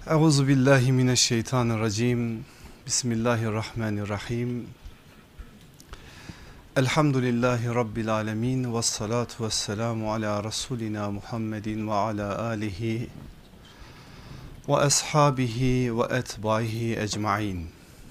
Euzu billahi mineşşeytanirracim. Bismillahirrahmanirrahim. Elhamdülillahi rabbil alamin ve salatu vesselamu ala rasulina Muhammedin ve ala alihi ve ashabihi ve etbaihi ecmaîn.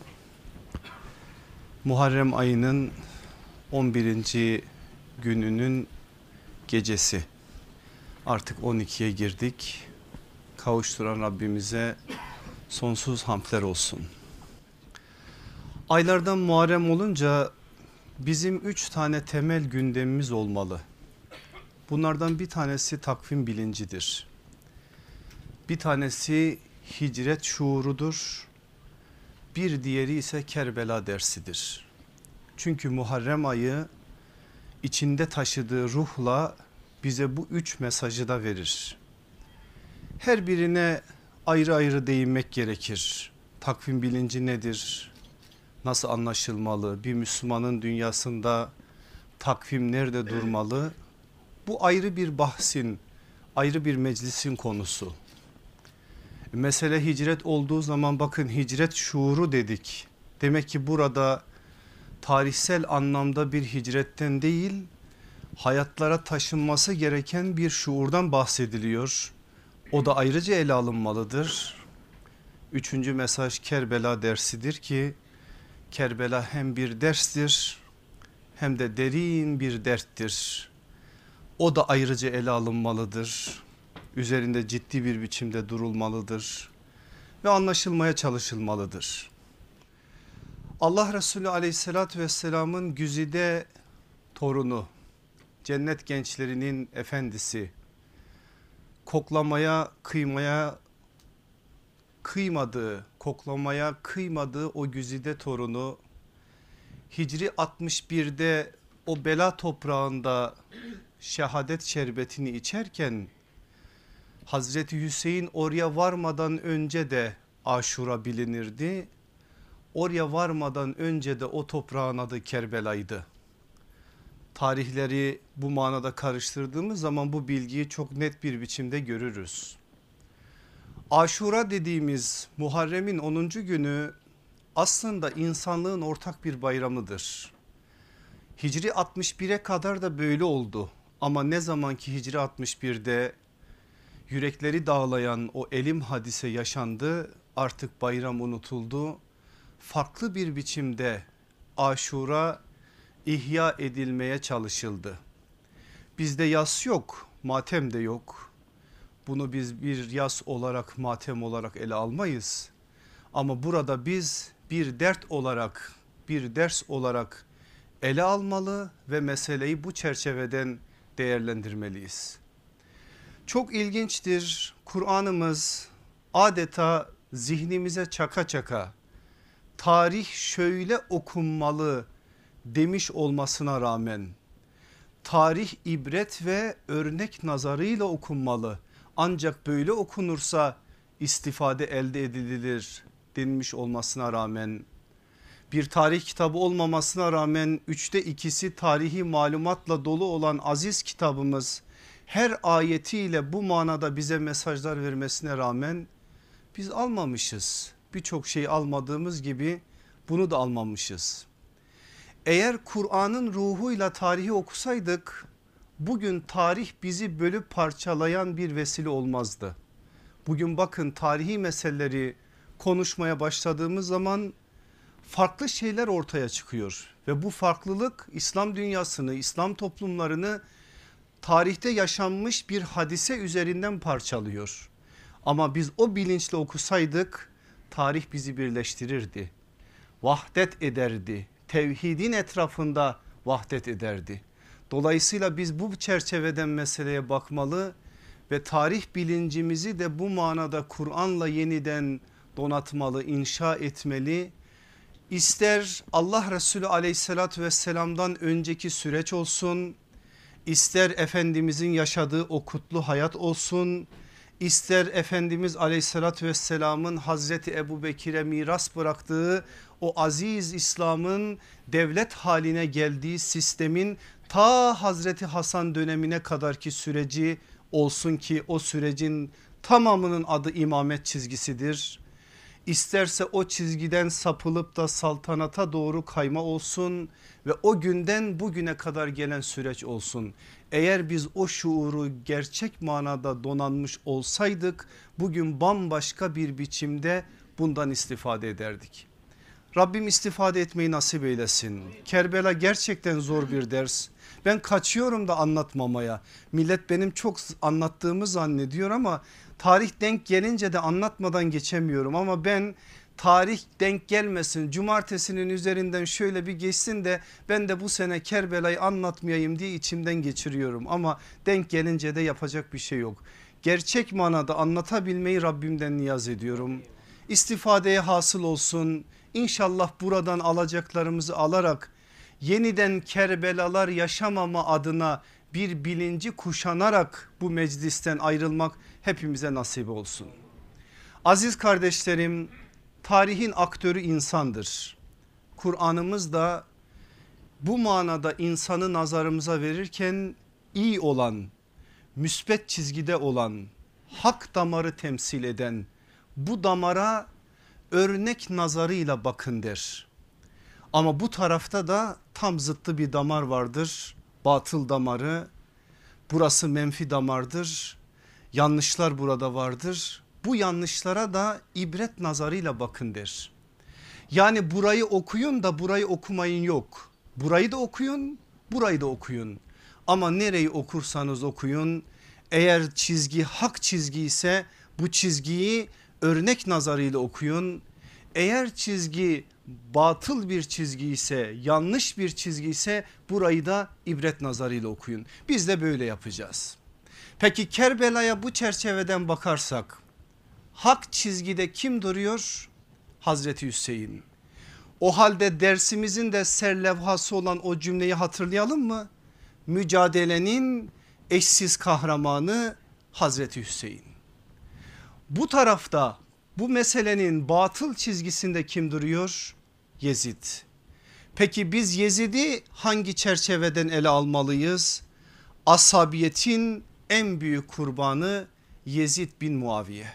Muharrem ayının 11. gününün gecesi. Artık 12'ye girdik. Kavuşturan Rabbimize sonsuz hamdler olsun. Aylardan Muharrem olunca bizim 3 tane temel gündemimiz olmalı. Bunlardan bir tanesi takvim bilincidir. Bir tanesi hicret şuurudur. Bir diğeri ise Kerbela dersidir. Çünkü Muharrem ayı içinde taşıdığı ruhla bize bu 3 mesajı da verir. Her birine ayrı ayrı değinmek gerekir. Takvim bilinci nedir? Nasıl anlaşılmalı? Bir Müslümanın dünyasında takvim nerede durmalı? Bu ayrı bir bahsin, ayrı bir meclisin konusu. Mesele hicret olduğu zaman bakın hicret şuuru dedik. Demek ki burada tarihsel anlamda bir hicretten değil, hayatlara taşınması gereken bir şuurdan bahsediliyor. O da ayrıca ele alınmalıdır. Üçüncü mesaj Kerbela dersidir ki Kerbela hem bir derstir hem de derin bir derttir. O da ayrıca ele alınmalıdır. Üzerinde ciddi bir biçimde durulmalıdır ve anlaşılmaya çalışılmalıdır. Allah Resulü aleyhissalatü vesselamın güzide torunu, cennet gençlerinin efendisi, koklamaya kıymadığı o güzide torunu Hicri 61'de o bela toprağında şehadet şerbetini içerken Hazreti Hüseyin oraya varmadan önce de Aşura bilinirdi. Oraya varmadan önce de o toprağın adı Kerbela'ydı. Tarihleri bu manada karıştırdığımız zaman bu bilgiyi çok net bir biçimde görürüz. Aşura dediğimiz Muharrem'in 10. günü aslında insanlığın ortak bir bayramıdır. Hicri 61'e kadar da böyle oldu ama ne zaman ki Hicri 61'de yürekleri dağlayan o elim hadise yaşandı, artık bayram unutuldu. Farklı bir biçimde Aşura ihya edilmeye çalışıldı. Bizde yas yok, matem de yok. Bunu biz bir yas olarak, matem olarak ele almayız. Ama burada biz bir dert olarak, bir ders olarak ele almalı ve meseleyi bu çerçeveden değerlendirmeliyiz. Çok ilginçtir. Kur'an'ımız adeta zihnimize çaka çaka tarih şöyle okunmalı demiş olmasına rağmen tarih ibret ve örnek nazarıyla okunmalı. Ancak böyle okunursa istifade elde edilir denmiş olmasına rağmen, bir tarih kitabı olmamasına rağmen 2/3 tarihi malumatla dolu olan aziz kitabımız her ayetiyle bu manada bize mesajlar vermesine rağmen biz almamışız. Birçok şey almadığımız gibi bunu da almamışız. Eğer Kur'an'ın ruhuyla tarihi okusaydık bugün tarih bizi bölüp parçalayan bir vesile olmazdı. Bugün bakın tarihi meseleleri konuşmaya başladığımız zaman farklı şeyler ortaya çıkıyor ve bu farklılık İslam dünyasını, İslam toplumlarını tarihte yaşanmış bir hadise üzerinden parçalıyor. Ama biz o bilinçle okusaydık tarih bizi birleştirirdi, vahdet ederdi, tevhidin etrafında vahdet ederdi. Dolayısıyla biz bu çerçeveden meseleye bakmalı ve tarih bilincimizi de bu manada Kur'an'la yeniden donatmalı, inşa etmeli. İster Allah Resulü aleyhissalatü vesselam'dan önceki süreç olsun, ister Efendimizin yaşadığı o kutlu hayat olsun, ister Efendimiz aleyhissalatü vesselamın Hazreti Ebubekir'e miras bıraktığı o aziz İslam'ın devlet haline geldiği sistemin ta Hazreti Hasan dönemine kadarki süreci olsun ki o sürecin tamamının adı imamet çizgisidir. İsterse o çizgiden sapılıp da saltanata doğru kayma olsun ve o günden bugüne kadar gelen süreç olsun. Eğer biz o şuuru gerçek manada donanmış olsaydık bugün bambaşka bir biçimde bundan istifade ederdik. Rabbim istifade etmeyi nasip eylesin. Kerbela gerçekten zor bir ders. Ben kaçıyorum da anlatmamaya. Millet benim çok anlattığımı zannediyor ama tarih denk gelince de anlatmadan geçemiyorum. Ama ben tarih denk gelmesin, cumartesinin üzerinden şöyle bir geçsin de ben de bu sene Kerbela'yı anlatmayayım diye içimden geçiriyorum. Ama denk gelince de yapacak bir şey yok. Gerçek manada anlatabilmeyi Rabbimden niyaz ediyorum. İstifadeye hasıl olsun. İnşallah buradan alacaklarımızı alarak yeniden Kerbelalar yaşamama adına bir bilinci kuşanarak bu meclisten ayrılmak hepimize nasip olsun. Aziz kardeşlerim, tarihin aktörü insandır. Kur'an'ımız da bu manada insanı nazarımıza verirken iyi olan, müsbet çizgide olan, hak damarı temsil eden bu damara örnek nazarıyla bakın der. Ama bu tarafta da tam zıttı bir damar vardır. Batıl damarı. Burası menfi damardır. Yanlışlar burada vardır. Bu yanlışlara da ibret nazarıyla bakın der. Yani burayı okuyun da burayı okumayın yok. Burayı da okuyun, burayı da okuyun. Ama nereyi okursanız okuyun, eğer çizgi hak çizgi ise bu çizgiyi örnek nazarıyla okuyun. Eğer çizgi batıl bir çizgi ise, yanlış bir çizgi ise burayı da ibret nazarıyla okuyun. Biz de böyle yapacağız. Peki Kerbela'ya bu çerçeveden bakarsak hak çizgide kim duruyor? Hazreti Hüseyin. O halde dersimizin de serlevhası olan o cümleyi hatırlayalım mı? Mücadelenin eşsiz kahramanı Hazreti Hüseyin. Bu tarafta bu meselenin batıl çizgisinde kim duruyor? Yezid. Peki biz Yezid'i hangi çerçeveden ele almalıyız? Asabiyetin en büyük kurbanı Yezid bin Muaviye.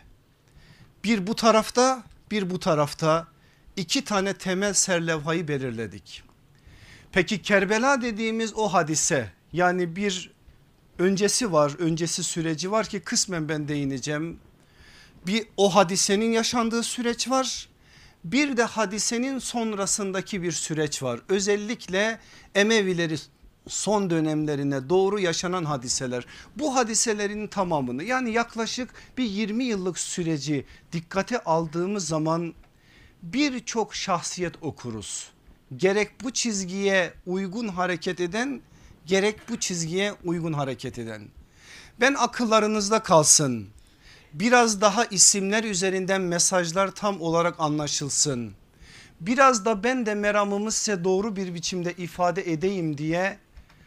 Bir bu tarafta, bir bu tarafta iki tane temel serlevhayı belirledik. Peki Kerbela dediğimiz o hadise, yani bir öncesi var, öncesi süreci var ki kısmen ben değineceğim. Bir o hadisenin yaşandığı süreç var. Bir de hadisenin sonrasındaki bir süreç var. Özellikle Emevileri son dönemlerine doğru yaşanan hadiseler. Bu hadiselerin tamamını, yani yaklaşık bir 20 yıllık süreci dikkate aldığımız zaman birçok şahsiyet okuruz. Gerek bu çizgiye uygun hareket eden, gerek bu çizgiye uygun hareket eden. Ben akıllarınızda kalsın. Biraz daha isimler üzerinden mesajlar tam olarak anlaşılsın. Biraz da ben de meramımı size doğru bir biçimde ifade edeyim diye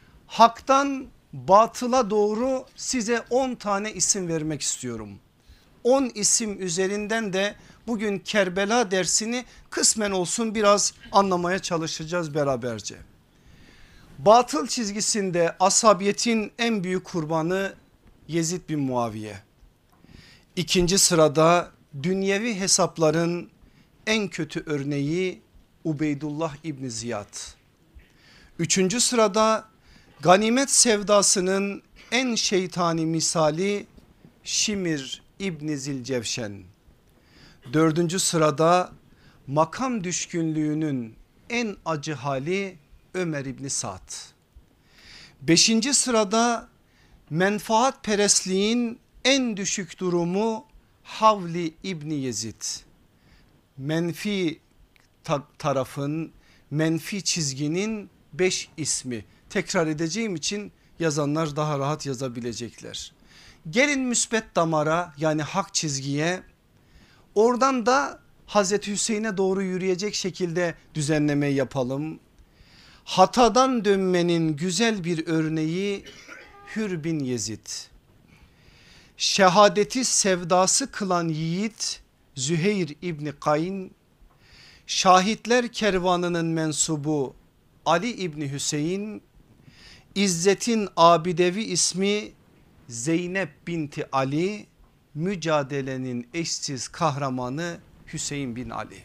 haktan batıla doğru size 10 tane isim vermek istiyorum. 10 isim üzerinden de bugün Kerbela dersini kısmen olsun biraz anlamaya çalışacağız beraberce. Batıl çizgisinde asabiyetin en büyük kurbanı Yezid bin Muaviye. İkinci sırada dünyevi hesapların en kötü örneği Ubeydullah İbni Ziyad. Üçüncü sırada ganimet sevdasının en şeytani misali Şimir İbni Zilcevşen. Dördüncü sırada makam düşkünlüğünün en acı hali Ömer İbni Sa'd. Beşinci sırada menfaatperestliğin en düşük durumu Havli İbni Yezid. Menfi tarafın, menfi çizginin 5 ismi. Tekrar edeceğim için yazanlar daha rahat yazabilecekler. Gelin müsbet damara, yani hak çizgiye, oradan da Hazreti Hüseyin'e doğru yürüyecek şekilde düzenleme yapalım. Hatadan dönmenin güzel bir örneği Hür bin Yezid. Şehadeti sevdası kılan yiğit Züheyr İbni Kayn, şahitler kervanının mensubu Ali İbni Hüseyin, İzzet'in abidevi ismi Zeynep binti Ali, mücadelenin eşsiz kahramanı Hüseyin bin Ali.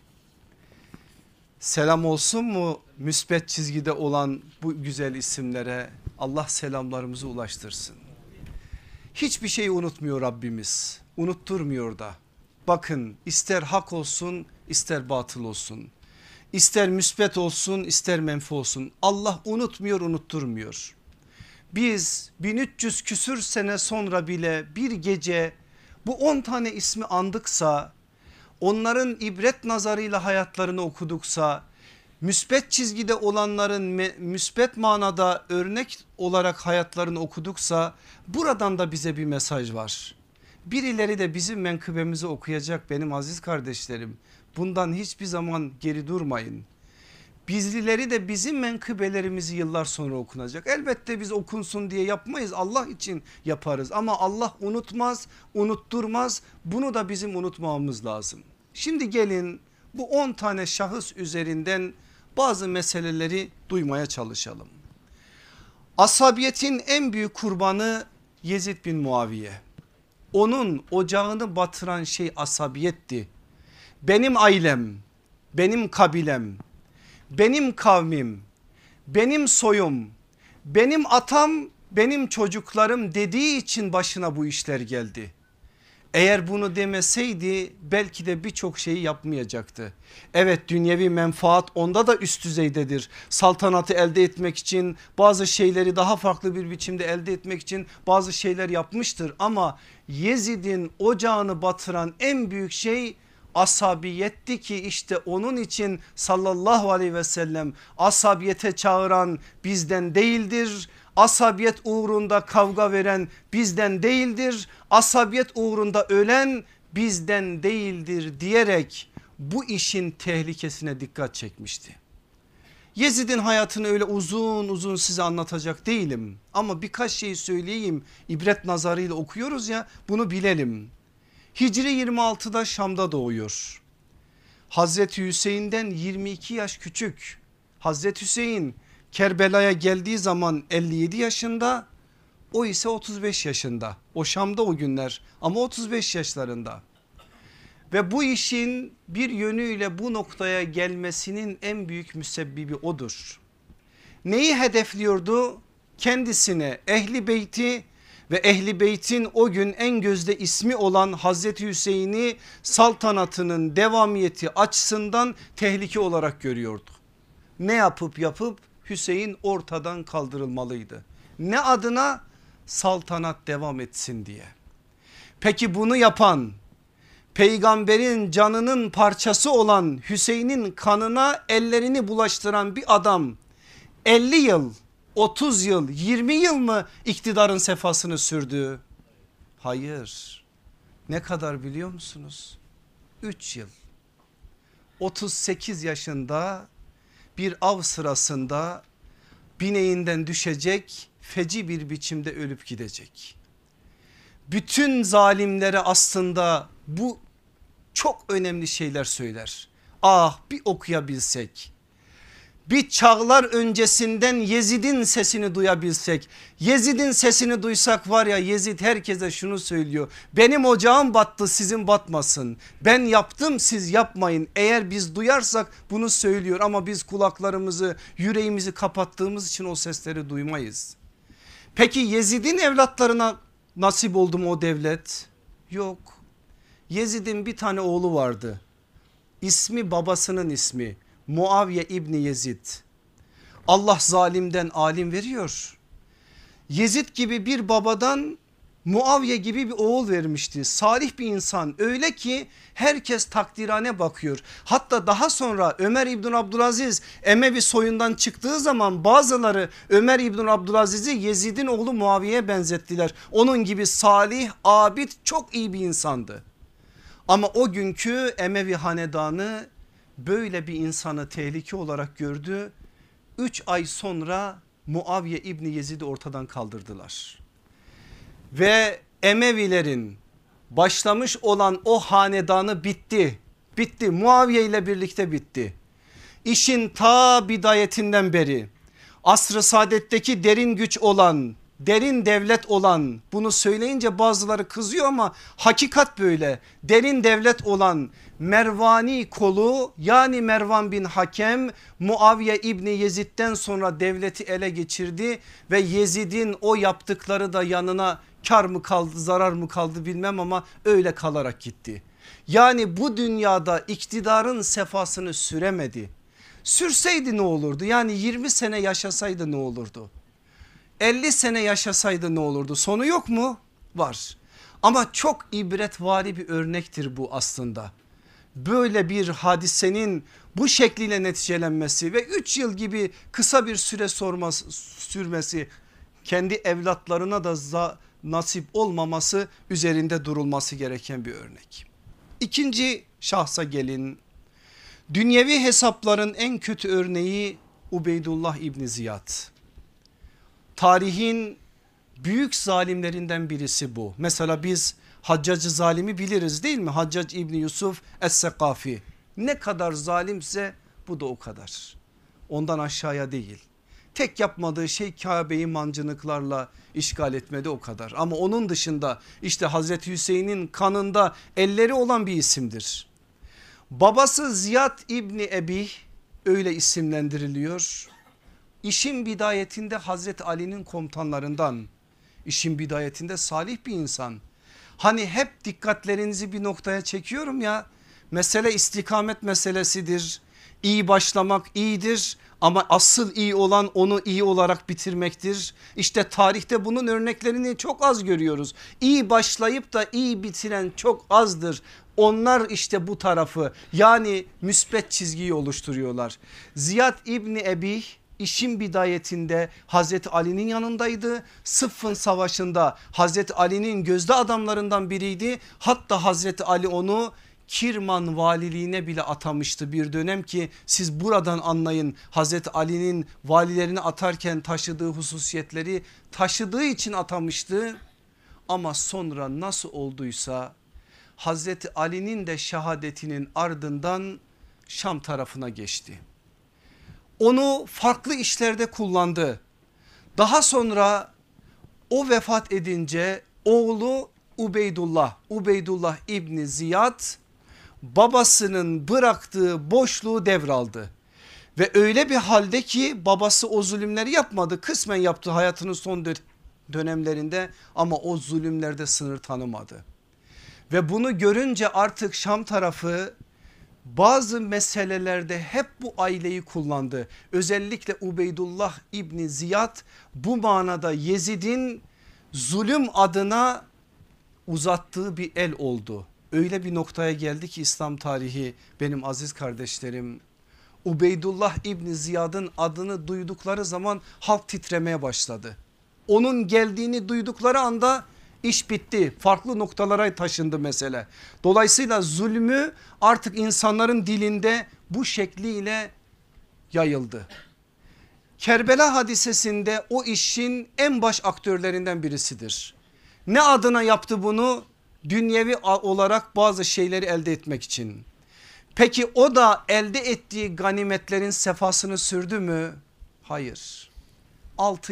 Selam olsun mu müsbet çizgide olan bu güzel isimlere? Allah selamlarımızı ulaştırsın. Hiçbir şeyi unutmuyor Rabbimiz, unutturmuyor da. Bakın, ister hak olsun ister batıl olsun, ister müsbet olsun ister menfi olsun, Allah unutmuyor, unutturmuyor. Biz 1300 küsür sene sonra bile bir gece bu 10 tane ismi andıksa, onların ibret nazarıyla hayatlarını okuduksa, müsbet çizgide olanların müsbet manada örnek olarak hayatlarını okuduksa, buradan da bize bir mesaj var. Birileri de bizim menkıbemizi okuyacak benim aziz kardeşlerim. Bundan hiçbir zaman geri durmayın. Bizlileri de bizim menkıbelerimizi yıllar sonra okunacak. Elbette biz okunsun diye yapmayız, Allah için yaparız ama Allah unutmaz, unutturmaz. Bunu da bizim unutmamamız lazım. Şimdi gelin bu 10 tane şahıs üzerinden bazı meseleleri duymaya çalışalım. Asabiyetin en büyük kurbanı Yezid bin Muaviye. Onun ocağını batıran şey asabiyetti. Benim ailem, benim kabilem, benim kavmim, benim soyum, benim atam, benim çocuklarım dediği için başına bu işler geldi. Eğer bunu demeseydi belki de birçok şeyi yapmayacaktı. Evet, dünyevi menfaat onda da üst düzeydedir. Saltanatı elde etmek için, bazı şeyleri daha farklı bir biçimde elde etmek için bazı şeyler yapmıştır. Ama Yezid'in ocağını batıran en büyük şey asabiyetti ki işte onun için sallallahu aleyhi ve sellem asabiyete çağıran bizden değildir. Asabiyet uğrunda kavga veren bizden değildir. Asabiyet uğrunda ölen bizden değildir diyerek bu işin tehlikesine dikkat çekmişti. Yezid'in hayatını öyle uzun uzun size anlatacak değilim ama birkaç şey söyleyeyim, ibret nazarıyla okuyoruz ya, bunu bilelim. Hicri 26'da Şam'da doğuyor. Hazreti Hüseyin'den 22 yaş küçük. Hazreti Hüseyin Kerbela'ya geldiği zaman 57 yaşında, o ise 35 yaşında. O Şam'da o günler ama 35 yaşlarında. Ve bu işin bir yönüyle bu noktaya gelmesinin en büyük müsebbibi odur. Neyi hedefliyordu? Kendisine, Ehli Beyti ve Ehli Beyt'in o gün en gözde ismi olan Hazreti Hüseyin'i saltanatının devamiyeti açısından tehlike olarak görüyordu. Ne yapıp Hüseyin ortadan kaldırılmalıydı. Ne adına? Saltanat devam etsin diye. Peki bunu yapan, peygamberin canının parçası olan Hüseyin'in kanına ellerini bulaştıran bir adam 50 yıl, 30 yıl, 20 yıl mı iktidarın sefasını sürdü? Hayır. Ne kadar biliyor musunuz? 3 yıl. 38 yaşında bir av sırasında bineğinden düşecek, feci bir biçimde ölüp gidecek. Bütün zalimlere aslında bu çok önemli şeyler söyler. Ah, bir okuyabilsek. Bir çağlar öncesinden Yezid'in sesini duyabilsek. Yezid'in sesini duysak var ya, Yezid herkese şunu söylüyor: benim ocağım battı, sizin batmasın. Ben yaptım, siz yapmayın. Eğer biz duyarsak bunu söylüyor ama biz kulaklarımızı, yüreğimizi kapattığımız için o sesleri duymayız. Peki Yezid'in evlatlarına nasip oldu mu o devlet? Yok. Yezid'in bir tane oğlu vardı. İsmi babasının ismi Muaviye İbni Yezid. Allah zalimden alim veriyor. Yezid gibi bir babadan Muaviye gibi bir oğul vermişti. Salih bir insan, öyle ki herkes takdirane bakıyor. Hatta daha sonra Ömer İbni Abdülaziz Emevi soyundan çıktığı zaman bazıları Ömer İbni Abdülaziz'i Yezid'in oğlu Muaviye'ye benzettiler. Onun gibi salih, abid, çok iyi bir insandı. Ama o günkü Emevi hanedanı böyle bir insanı tehlike olarak gördü. 3 ay sonra Muaviye İbni Yezid'i ortadan kaldırdılar. Ve Emevilerin başlamış olan o hanedanı bitti. Bitti, Muaviye ile birlikte bitti. İşin ta bidayetinden beri asr-ı saadetteki derin güç olan derin devlet olan, bunu söyleyince bazıları kızıyor ama hakikat böyle, derin devlet olan Mervani kolu, yani Mervan bin Hakem Muaviye İbni Yezid'den sonra devleti ele geçirdi ve Yezid'in o yaptıkları da yanına kar mı kaldı, zarar mı kaldı bilmem ama öyle kalarak gitti. Yani bu dünyada iktidarın sefasını süremedi. Sürseydi ne olurdu? Yani 20 sene yaşasaydı ne olurdu? 50 sene yaşasaydı ne olurdu? Sonu yok mu? Var. Ama çok ibretvari bir örnektir bu aslında. Böyle bir hadisenin bu şekliyle neticelenmesi ve 3 yıl gibi kısa bir süre sürmesi, kendi evlatlarına da nasip olmaması üzerinde durulması gereken bir örnek. İkinci şahsa gelin. Dünyevi hesapların en kötü örneği Ubeydullah İbni Ziyad. Tarihin büyük zalimlerinden birisi bu. Mesela biz Haccacı zalimi biliriz değil mi? Haccac İbni Yusuf Es-Sekafi. Ne kadar zalimse bu da o kadar. Ondan aşağıya değil. Tek yapmadığı şey Kabe'yi mancınıklarla işgal etmedi, o kadar. Ama onun dışında işte Hazreti Hüseyin'in kanında elleri olan bir isimdir. Babası Ziyad İbni Ebi öyle isimlendiriliyor. İşin bidayetinde Hazreti Ali'nin komutanlarından, işin bidayetinde salih bir insan. Hani hep dikkatlerinizi bir noktaya çekiyorum ya, mesele istikamet meselesidir. İyi başlamak iyidir ama asıl iyi olan onu iyi olarak bitirmektir. İşte tarihte bunun örneklerini çok az görüyoruz. İyi başlayıp da iyi bitiren çok azdır. Onlar işte bu tarafı, yani müsbet çizgiyi oluşturuyorlar. Ziyad İbni Ebi işin bidayetinde Hazreti Ali'nin yanındaydı. Sıffın savaşında Hazreti Ali'nin gözde adamlarından biriydi. Hatta Hazreti Ali onu Kirman valiliğine bile atamıştı bir dönem ki siz buradan anlayın, Hazreti Ali'nin valilerini atarken taşıdığı hususiyetleri taşıdığı için atamıştı. Ama sonra nasıl olduysa Hazreti Ali'nin de şehadetinin ardından Şam tarafına geçti. Onu farklı işlerde kullandı. Daha sonra o vefat edince oğlu Ubeydullah İbni Ziyad babasının bıraktığı boşluğu devraldı. Ve öyle bir halde ki babası o zulümleri yapmadı, kısmen yaptı hayatının son dönemlerinde ama o zulümlerde sınır tanımadı. Ve bunu görünce artık Şam tarafı bazı meselelerde hep bu aileyi kullandı. Özellikle Ubeydullah İbni Ziyad bu manada Yezid'in zulüm adına uzattığı bir el oldu. Öyle bir noktaya geldi ki İslam tarihi, benim aziz kardeşlerim, Ubeydullah İbni Ziyad'ın adını duydukları zaman halk titremeye başladı. Onun geldiğini duydukları anda İş bitti, farklı noktalara taşındı mesele. Dolayısıyla zulmü artık insanların dilinde bu şekliyle yayıldı. Kerbela hadisesinde o işin en baş aktörlerinden birisidir. Ne adına yaptı bunu? Dünyevi olarak bazı şeyleri elde etmek için. Peki o da elde ettiği ganimetlerin sefasını sürdü mü? Hayır. 6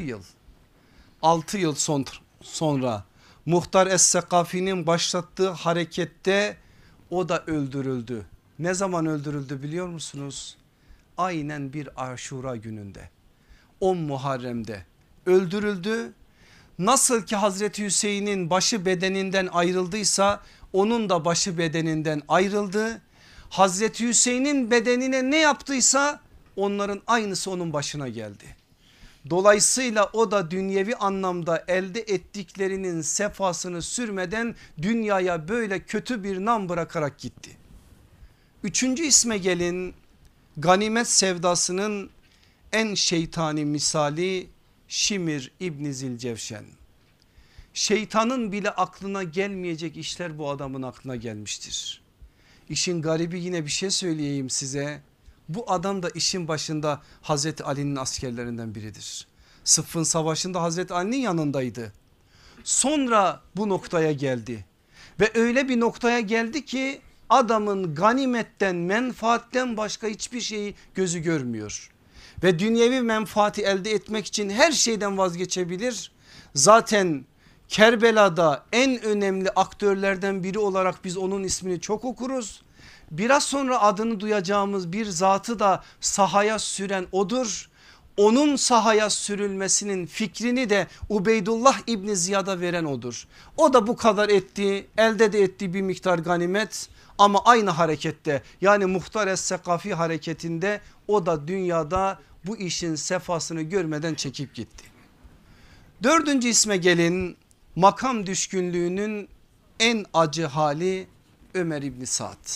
yıl sonra Muhtar Es-Sekafi'nin başlattığı harekette o da öldürüldü. Ne zaman öldürüldü biliyor musunuz? Aynen bir Aşura gününde, 10 Muharrem'de öldürüldü. Nasıl ki Hazreti Hüseyin'in başı bedeninden ayrıldıysa onun da başı bedeninden ayrıldı. Hazreti Hüseyin'in bedenine ne yaptıysa onların aynısı onun başına geldi. Dolayısıyla o da dünyevi anlamda elde ettiklerinin sefasını sürmeden dünyaya böyle kötü bir nam bırakarak gitti. Üçüncü isme gelin, ganimet sevdasının en şeytani misali Şimir İbni Zilcevşen. Şeytanın bile aklına gelmeyecek işler bu adamın aklına gelmiştir. İşin garibi, yine bir şey söyleyeyim size. Bu adam da işin başında Hazreti Ali'nin askerlerinden biridir. Sıffın savaşında Hazreti Ali'nin yanındaydı. Sonra bu noktaya geldi ve öyle bir noktaya geldi ki adamın ganimetten, menfaatten başka hiçbir şeyi gözü görmüyor. Ve dünyevi menfaati elde etmek için her şeyden vazgeçebilir. Zaten Kerbela'da en önemli aktörlerden biri olarak biz onun ismini çok okuruz. Biraz sonra adını duyacağımız bir zatı da sahaya süren odur. Onun sahaya sürülmesinin fikrini de Ubeydullah İbni Ziyad'a veren odur. O da bu kadar etti, elde de ettiği bir miktar ganimet ama aynı harekette, yani Muhtar Es-Sekafi hareketinde o da dünyada bu işin sefasını görmeden çekip gitti. Dördüncü isme gelin, makam düşkünlüğünün en acı hali Ömer İbni Sa'd.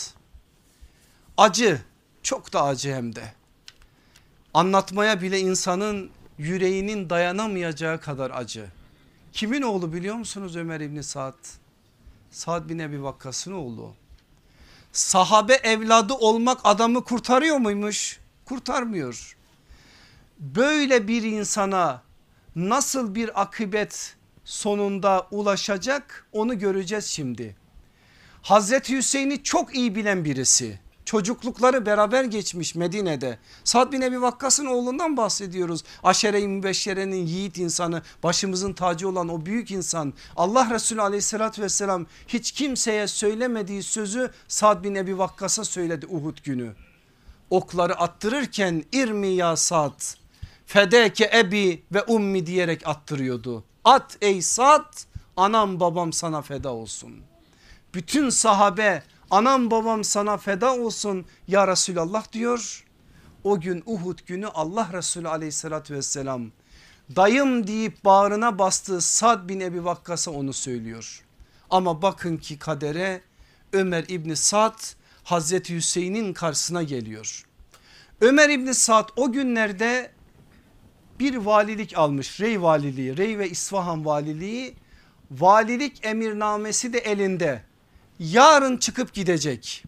Acı, çok da acı hem de. Anlatmaya bile insanın yüreğinin dayanamayacağı kadar acı. Kimin oğlu biliyor musunuz Ömer İbni Sa'd? Sa'd bin Ebi Vakkas'ın oğlu. Sahabe evladı olmak adamı kurtarıyor muymuş? Kurtarmıyor. Böyle bir insana nasıl bir akıbet sonunda ulaşacak onu göreceğiz şimdi. Hazreti Hüseyin'i çok iyi bilen birisi. Çocuklukları beraber geçmiş Medine'de. Sa'd bin Ebi Vakkas'ın oğlundan bahsediyoruz. Aşere-i Mübeşşere'nin yiğit insanı, başımızın tacı olan o büyük insan. Allah Resulü aleyhissalatü vesselam hiç kimseye söylemediği sözü Sa'd bin Ebi Vakkas'a söyledi Uhud günü. Okları attırırken irmi ya Sa'd, fedeke ebi ve ummi diyerek attırıyordu. At ey Sa'd, anam babam sana feda olsun. Bütün sahabe anam babam sana feda olsun ya Resulallah diyor. O gün Uhud günü Allah Resulü aleyhissalatü vesselam dayım deyip bağrına bastığı Sa'd bin Ebi Vakkas'a onu söylüyor. Ama bakın ki kadere, Ömer İbni Sa'd Hazreti Hüseyin'in karşısına geliyor. Ömer İbni Sa'd o günlerde bir valilik almış, Rey valiliği, Rey ve İsfahan valiliği, valilik emirnamesi de elinde. Yarın çıkıp gidecek.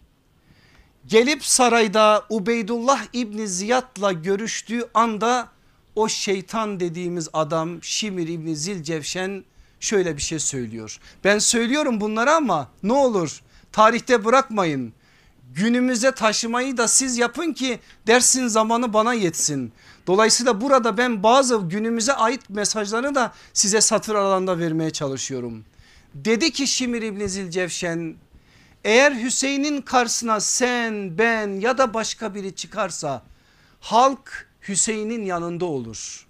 Gelip sarayda Ubeydullah İbni Ziyad'la görüştüğü anda o şeytan dediğimiz adam Şimir İbni Zilcevşen şöyle bir şey söylüyor. Ben söylüyorum bunları ama ne olur tarihte bırakmayın. Günümüze taşımayı da siz yapın ki dersin zamanı bana yetsin. Dolayısıyla burada ben bazı günümüze ait mesajları da size satır aralığında vermeye çalışıyorum. Dedi ki Şimir İbni Zilcevşen, eğer Hüseyin'in karşısına sen, ben ya da başka biri çıkarsa halk Hüseyin'in yanında olur.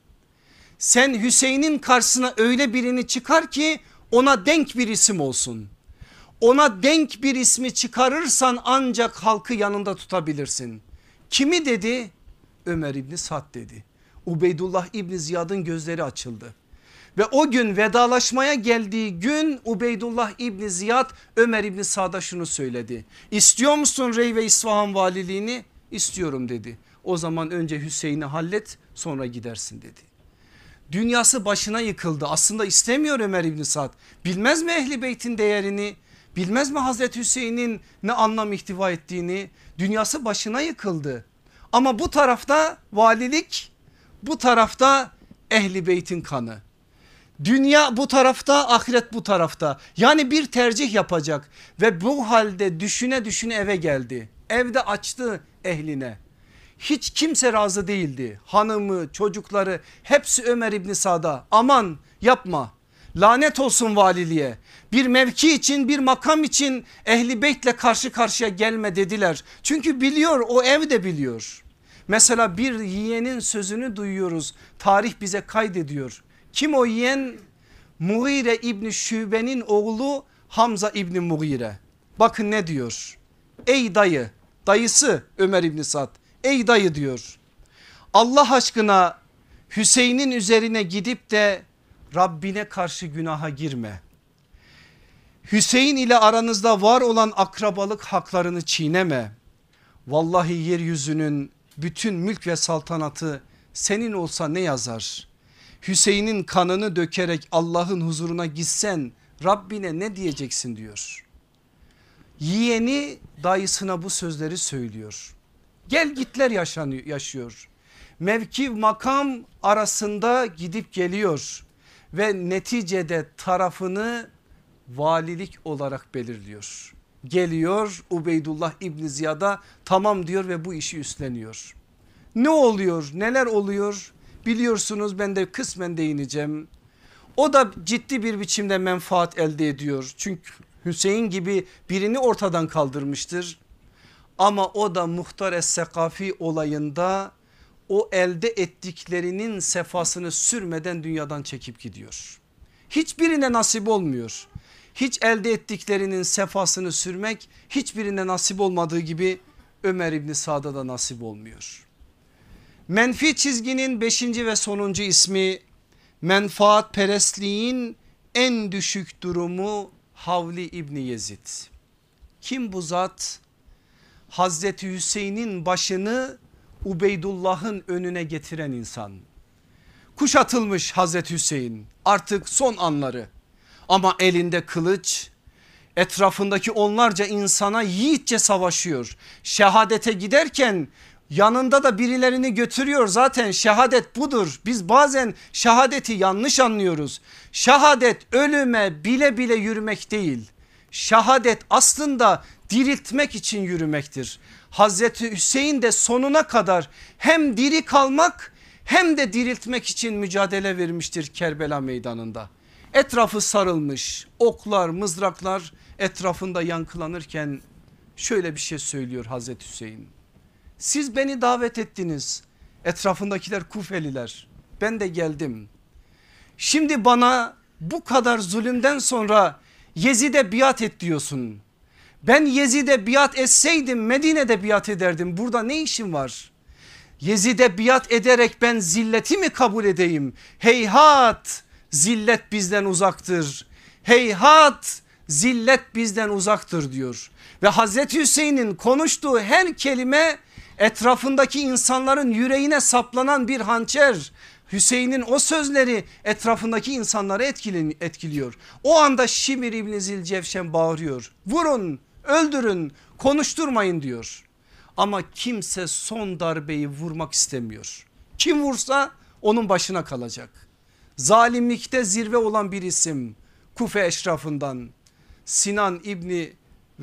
Sen Hüseyin'in karşısına öyle birini çıkar ki ona denk bir isim olsun. Ona denk bir ismi çıkarırsan ancak halkı yanında tutabilirsin. Kimi dedi? Ömer İbni Sa'd dedi. Ubeydullah İbni Ziyad'ın gözleri açıldı. Ve o gün vedalaşmaya geldiği gün Ubeydullah İbni Ziyad Ömer İbni Sa'd'a şunu söyledi. İstiyor musun Rey ve İsfahan valiliğini? İstiyorum dedi. O zaman önce Hüseyin'i hallet, sonra gidersin dedi. Dünyası başına yıkıldı. Aslında istemiyor Ömer İbni Sa'd. Bilmez mi Ehli Beyt'in değerini? Bilmez mi Hazreti Hüseyin'in ne anlam ihtiva ettiğini? Dünyası başına yıkıldı. Ama bu tarafta valilik, bu tarafta Ehli Beyt'in kanı. Dünya bu tarafta, ahiret bu tarafta. Yani bir tercih yapacak ve bu halde düşüne düşüne eve geldi. Evde açtı ehline. Hiç kimse razı değildi. Hanımı, çocukları hepsi Ömer İbni Sa'd'a aman yapma. Lanet olsun valiliğe. Bir mevki için, bir makam için Ehli Beyt'le karşı karşıya gelme dediler. Çünkü biliyor, o ev de biliyor. Mesela bir yiyenin sözünü duyuyoruz. Tarih bize kaydediyor. Kim o yiyen? Mughire İbni Şube'nin oğlu Hamza İbni Mughire. Bakın ne diyor? Ey dayı, dayısı Ömer İbni Sa'd. Ey dayı diyor. Allah aşkına Hüseyin'in üzerine gidip de Rabbine karşı günaha girme. Hüseyin ile aranızda var olan akrabalık haklarını çiğneme. Vallahi yeryüzünün bütün mülk ve saltanatı senin olsa ne yazar? Hüseyin'in kanını dökerek Allah'ın huzuruna gitsen Rabbine ne diyeceksin diyor. Yeğeni dayısına bu sözleri söylüyor. Gel gitler yaşıyor. Mevki makam arasında gidip geliyor ve neticede tarafını valilik olarak belirliyor. Geliyor Ubeydullah İbni Ziyad'a tamam diyor ve bu işi üstleniyor. Ne oluyor, neler oluyor biliyorsunuz, ben de kısmen değineceğim. O da ciddi bir biçimde menfaat elde ediyor. Çünkü Hüseyin gibi birini ortadan kaldırmıştır. Ama o da Muhtar Es-Sekafi olayında o elde ettiklerinin sefasını sürmeden dünyadan çekip gidiyor. Hiçbirine nasip olmuyor. Hiç elde ettiklerinin sefasını sürmek hiçbirine nasip olmadığı gibi Ömer İbni Sad'a da nasip olmuyor. Menfi çizginin 5. ve sonuncu ismi menfaatperestliğin en düşük durumu Havli İbni Yezid. Kim bu zat? Hazreti Hüseyin'in başını Ubeydullah'ın önüne getiren insan. Kuşatılmış Hazreti Hüseyin, artık son anları, ama elinde kılıç, etrafındaki onlarca insana yiğitçe savaşıyor. Şehadete giderken yanında da birilerini götürüyor. Zaten şehadet budur. Biz bazen şehadeti yanlış anlıyoruz. Şehadet ölüme bile bile yürümek değil. Şehadet aslında diriltmek için yürümektir. Hazreti Hüseyin de sonuna kadar hem diri kalmak hem de diriltmek için mücadele vermiştir Kerbela meydanında. Etrafı sarılmış, oklar, mızraklar etrafında yankılanırken şöyle bir şey söylüyor Hazreti Hüseyin. Siz beni davet ettiniz, etrafındakiler Kufeliler, ben de geldim. Şimdi bana bu kadar zulümden sonra Yezid'e biat et diyorsun. Ben Yezid'e biat etseydim Medine'de biat ederdim. Burada ne işim var? Yezid'e biat ederek ben zilleti mi kabul edeyim? Heyhat, zillet bizden uzaktır. Heyhat, zillet bizden uzaktır diyor. Ve Hazreti Hüseyin'in konuştuğu her kelime etrafındaki insanların yüreğine saplanan bir hançer. Hüseyin'in o sözleri etrafındaki insanları etkiliyor. O anda Şimir İbni Zilcevşen bağırıyor. Vurun, öldürün, konuşturmayın diyor. Ama kimse son darbeyi vurmak istemiyor. Kim vursa onun başına kalacak. Zalimlikte zirve olan bir isim, Kufe eşrafından Sinan İbni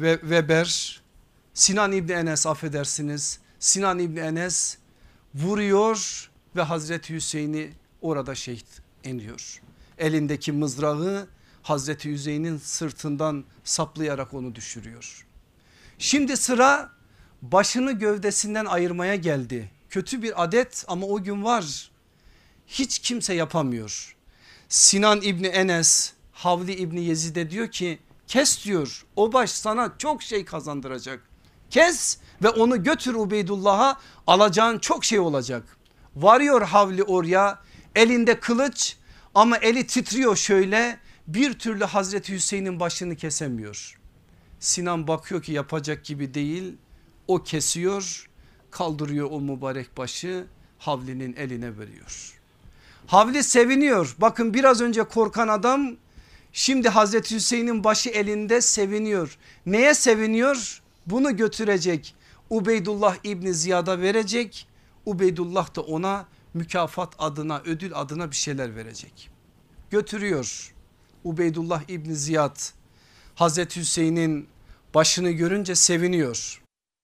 Veber, Sinan İbni Enes, affedersiniz, Sinan İbni Enes vuruyor ve Hazreti Hüseyin'i orada şehit ediyor. Elindeki mızrağı Hazreti Hüseyin'in sırtından saplayarak onu düşürüyor. Şimdi sıra başını gövdesinden ayırmaya geldi. Kötü bir adet ama o gün var. Hiç kimse yapamıyor. Sinan İbni Enes Havli İbni Yezid'e diyor ki kes diyor, o baş sana çok şey kazandıracak. Kes ve onu götür Ubeydullah'a, alacağın çok şey olacak. Varıyor Havli oraya, elinde kılıç ama eli titriyor şöyle, bir türlü Hazreti Hüseyin'in başını kesemiyor. Sinan bakıyor ki yapacak gibi değil, o kesiyor, kaldırıyor o mübarek başı Havli'nin eline veriyor. Havli seviniyor, bakın biraz önce korkan adam şimdi Hazreti Hüseyin'in başı elinde seviniyor. Neye seviniyor? Bunu götürecek, Ubeydullah İbni Ziyad'a verecek. Ubeydullah da ona mükafat adına, ödül adına bir şeyler verecek. Götürüyor. Ubeydullah İbni Ziyad Hazreti Hüseyin'in başını görünce seviniyor.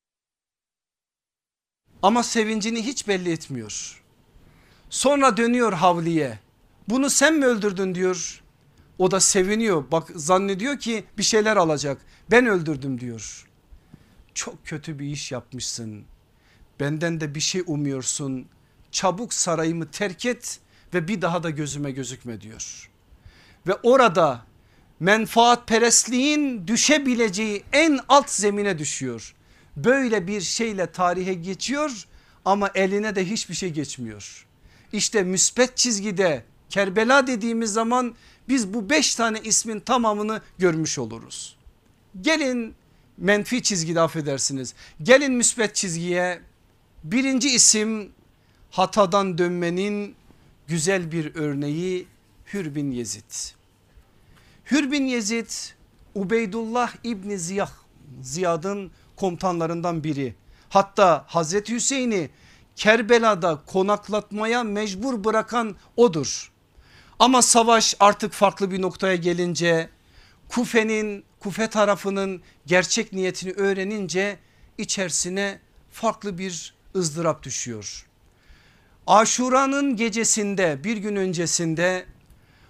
Ama sevincini hiç belli etmiyor. Sonra dönüyor Havli'ye. Bunu sen mi öldürdün diyor. O da seviniyor. Bak zannediyor ki bir şeyler alacak. Ben öldürdüm diyor. Çok kötü bir iş yapmışsın. Benden de bir şey umuyorsun. Çabuk sarayımı terk et ve bir daha da gözüme gözükme diyor. Ve orada menfaatperestliğin düşebileceği en alt zemine düşüyor. Böyle bir şeyle tarihe geçiyor ama eline de hiçbir şey geçmiyor. İşte müspet çizgide Kerbela dediğimiz zaman biz bu 5 tane ismin tamamını görmüş oluruz. Gelin menfi çizgide, affedersiniz. Gelin müspet çizgiye. Birinci isim hatadan dönmenin güzel bir örneği Hür bin Yezid. Hür bin Yezid Ubeydullah İbni Ziyad'ın komutanlarından biri. Hatta Hazreti Hüseyin'i Kerbela'da konaklatmaya mecbur bırakan odur. Ama savaş artık farklı bir noktaya gelince Kufe tarafının gerçek niyetini öğrenince içerisine farklı bir ızdırap düşüyor. Aşura'nın gecesinde, bir gün öncesinde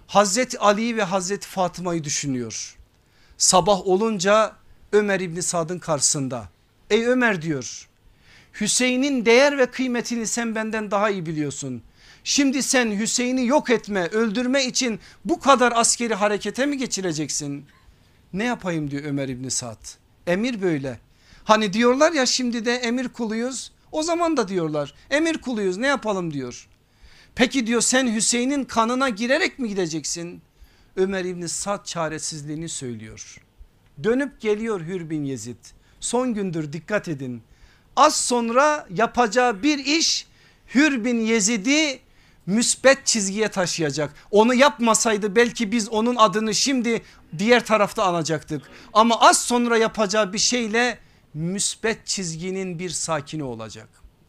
Hazreti Ali ve Hazreti Fatıma'yı düşünüyor. Sabah olunca Ömer İbni Sad'ın karşısında. Ey Ömer diyor, Hüseyin'in değer ve kıymetini sen benden daha iyi biliyorsun. Şimdi sen Hüseyin'i yok etme, öldürme için bu kadar askeri harekete mi geçireceksin? Ne yapayım diyor Ömer İbni Sad. Emir böyle. Hani diyorlar ya şimdi de emir kuluyuz. O zaman da diyorlar emir kuluyuz, ne yapalım diyor. Peki diyor sen Hüseyin'in kanına girerek mi gideceksin? Ömer İbni Sad çaresizliğini söylüyor. Dönüp geliyor Hür bin Yezid. Son gündür dikkat edin. Az sonra yapacağı bir iş Hür bin Yezid'i müsbet çizgiye taşıyacak. Onu yapmasaydı belki biz onun adını şimdi diğer tarafta anacaktık. Ama az sonra yapacağı bir şeyle müsbet çizginin bir sakini olacak.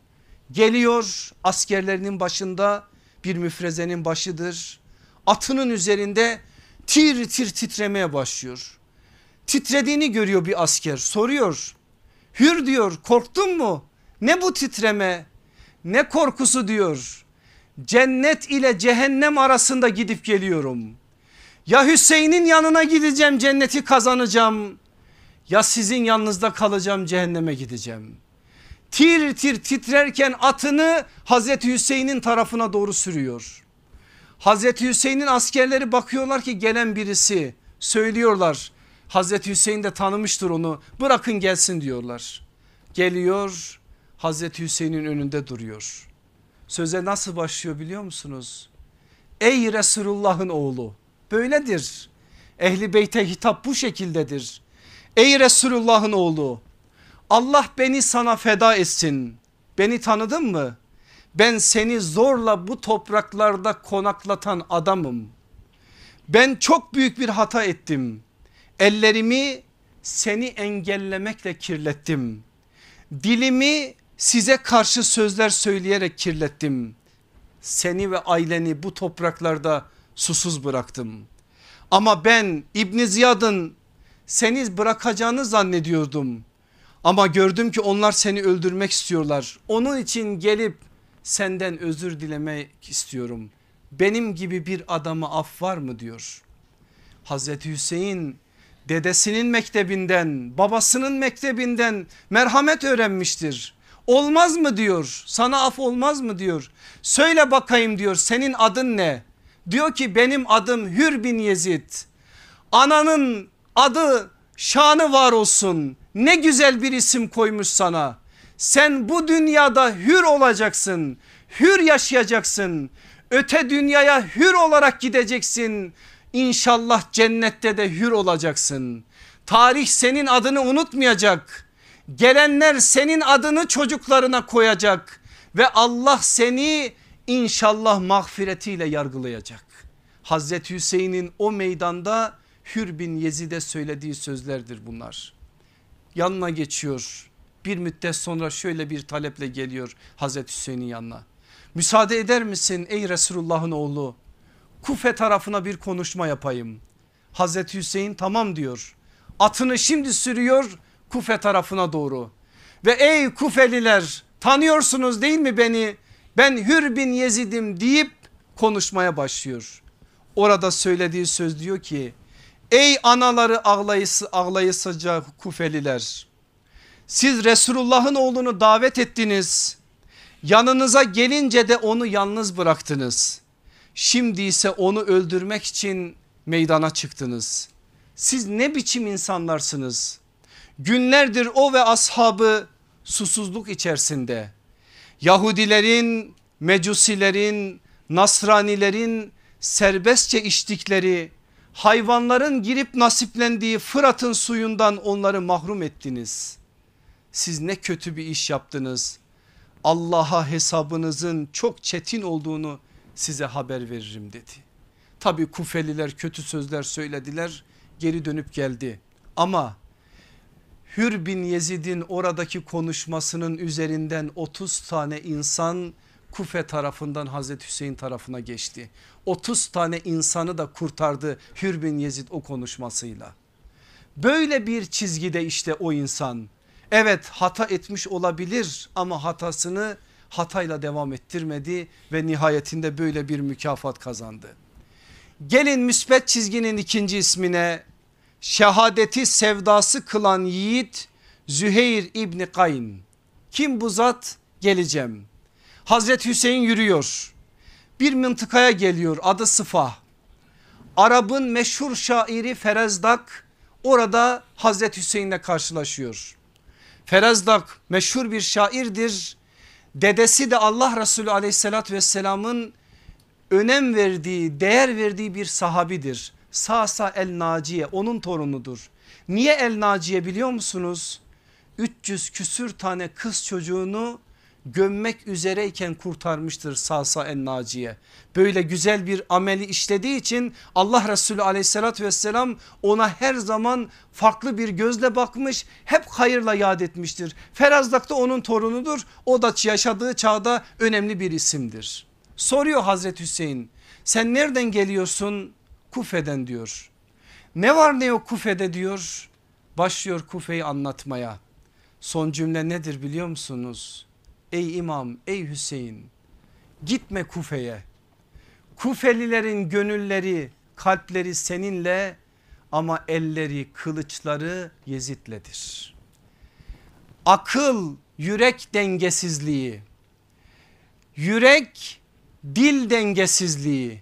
Geliyor askerlerinin başında, bir müfrezenin başıdır. Atının üzerinde tir tir titremeye başlıyor. Titrediğini görüyor bir asker, soruyor. Hür diyor, korktun mu? Ne bu titreme? Ne korkusu diyor. Cennet ile cehennem arasında gidip geliyorum. Ya Hüseyin'in yanına gideceğim, cenneti kazanacağım. Ya sizin yanınızda kalacağım, cehenneme gideceğim. Tir tir titrerken atını Hazreti Hüseyin'in tarafına doğru sürüyor. Hazreti Hüseyin'in askerleri bakıyorlar ki gelen birisi, söylüyorlar. Hazreti Hüseyin de tanımıştır onu, bırakın gelsin diyorlar. Geliyor, Hazreti Hüseyin'in önünde duruyor. Söze nasıl başlıyor biliyor musunuz? Ey Resulullah'ın oğlu, böyledir. Ehli beyte hitap bu şekildedir. Ey Resulullah'ın oğlu, Allah beni sana feda etsin. Beni tanıdın mı? Ben seni zorla bu topraklarda konaklatan adamım. Ben çok büyük bir hata ettim. Ellerimi seni engellemekle kirlettim. Dilimi size karşı sözler söyleyerek kirlettim. Seni ve aileni bu topraklarda susuz bıraktım. Ama ben İbn Ziyad'ın seni bırakacağını zannediyordum. Ama gördüm ki onlar seni öldürmek istiyorlar. Onun için gelip senden özür dilemek istiyorum. Benim gibi bir adama af var mı diyor. Hazreti Hüseyin dedesinin mektebinden, babasının mektebinden merhamet öğrenmiştir. Olmaz mı diyor, sana af olmaz mı diyor. Söyle bakayım diyor, senin adın ne? Diyor ki benim adım Hür bin Yezid. Ananın adı şanı var olsun, ne güzel bir isim koymuş sana. Sen bu dünyada hür olacaksın, hür yaşayacaksın. Öte dünyaya hür olarak gideceksin. İnşallah cennette de hür olacaksın. Tarih senin adını unutmayacak. Gelenler senin adını çocuklarına koyacak ve Allah seni inşallah mağfiretiyle yargılayacak. Hazreti Hüseyin'in o meydanda Hür bin Yezid'e söylediği sözlerdir bunlar. Yanına geçiyor, bir müddet sonra şöyle bir taleple geliyor Hazreti Hüseyin'in yanına. Müsaade eder misin ey Resulullah'ın oğlu? Kufe tarafına bir konuşma yapayım. Hazreti Hüseyin tamam diyor. Atını şimdi sürüyor Kufe tarafına doğru. Ve ey Kufeliler, tanıyorsunuz değil mi beni? Ben Hür bin Yezid'im deyip konuşmaya başlıyor. Orada söylediği söz diyor ki, ey anaları ağlayısıca Kufeliler, siz Resulullah'ın oğlunu davet ettiniz. Yanınıza gelince de onu yalnız bıraktınız. Şimdi ise onu öldürmek için meydana çıktınız. Siz ne biçim insanlarsınız? Günlerdir o ve ashabı susuzluk içerisinde. Yahudilerin, Mecusilerin, Nasranilerin serbestçe içtikleri, hayvanların girip nasiplendiği Fırat'ın suyundan onları mahrum ettiniz. Siz ne kötü bir iş yaptınız. Allah'a hesabınızın çok çetin olduğunu size haber veririm dedi. Tabi Kufeliler kötü sözler söylediler, geri dönüp geldi. Ama Hür bin Yezid'in oradaki konuşmasının üzerinden 30 tane insan Kufe tarafından Hazreti Hüseyin tarafına geçti. 30 tane insanı da kurtardı Hür bin Yezid o konuşmasıyla. Böyle bir çizgide işte o insan. Evet, hata etmiş olabilir ama hatasını hatayla devam ettirmedi ve nihayetinde böyle bir mükafat kazandı. Gelin müspet çizginin ikinci ismine, şehadeti sevdası kılan yiğit Züheyr İbni Kayn. Kim bu zat? Geleceğim. Hazreti Hüseyin yürüyor. Bir mıntıkaya geliyor, adı Sıfa. Arap'ın meşhur şairi Ferezdak orada Hazreti Hüseyin'le karşılaşıyor. Ferezdak meşhur bir şairdir. Dedesi de Allah Resulü aleyhissalatü vesselamın önem verdiği, değer verdiği bir sahabidir. Sa'sa el Naciye, onun torunudur. Niye el Naciye biliyor musunuz? 300 küsür tane kız çocuğunu gömmek üzereyken kurtarmıştır Sa'sa el Naciye. Böyle güzel bir ameli işlediği için Allah Resulü aleyhissalatü vesselam ona her zaman farklı bir gözle bakmış, hep hayırla yad etmiştir. Ferazdak da onun torunudur. O da yaşadığı çağda önemli bir isimdir. Soruyor Hazreti Hüseyin, sen nereden geliyorsun? Kufe'den diyor. Ne var ne yok Kufe'de diyor. Başlıyor Kufe'yi anlatmaya. Son cümle nedir biliyor musunuz? Ey imam, ey Hüseyin, gitme Kufe'ye. Kufelilerin gönülleri, kalpleri seninle ama elleri, kılıçları Yezid'ledir. Akıl, yürek dengesizliği, yürek dil dengesizliği,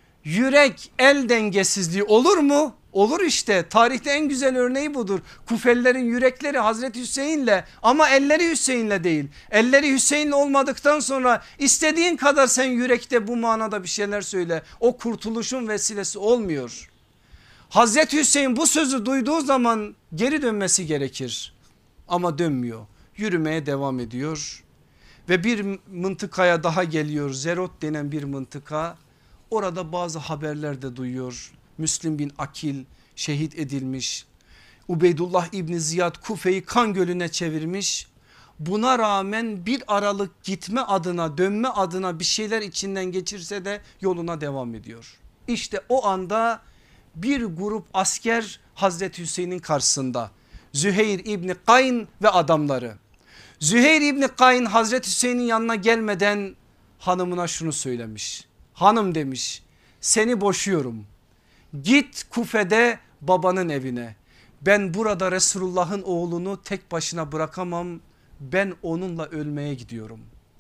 yürek el dengesizliği olur mu? Olur işte, tarihte en güzel örneği budur. Kufelilerin yürekleri Hazreti Hüseyin'le ama elleri Hüseyin'le değil. Elleri Hüseyin'le olmadıktan sonra istediğin kadar sen yürekte bu manada bir şeyler söyle. O kurtuluşun vesilesi olmuyor. Hazreti Hüseyin bu sözü duyduğu zaman geri dönmesi gerekir. Ama dönmüyor, yürümeye devam ediyor. Ve bir mıntıkaya daha geliyor, Zerot denen bir mıntıka. Orada bazı haberler de duyuyor. Müslim bin Akil şehit edilmiş. Ubeydullah İbni Ziyad Kufe'yi kan gölüne çevirmiş. Buna rağmen bir aralık gitme adına, dönme adına bir şeyler içinden geçirse de yoluna devam ediyor. İşte o anda bir grup asker Hazreti Hüseyin'in karşısında. Züheyr İbni Kayn ve adamları. Züheyr İbni Kayn Hazreti Hüseyin'in yanına gelmeden hanımına şunu söylemiş. Hanım demiş, seni boşuyorum. Git Kufe'de babanın evine. Ben burada Resulullah'ın oğlunu tek başına bırakamam. Ben onunla ölmeye gidiyorum.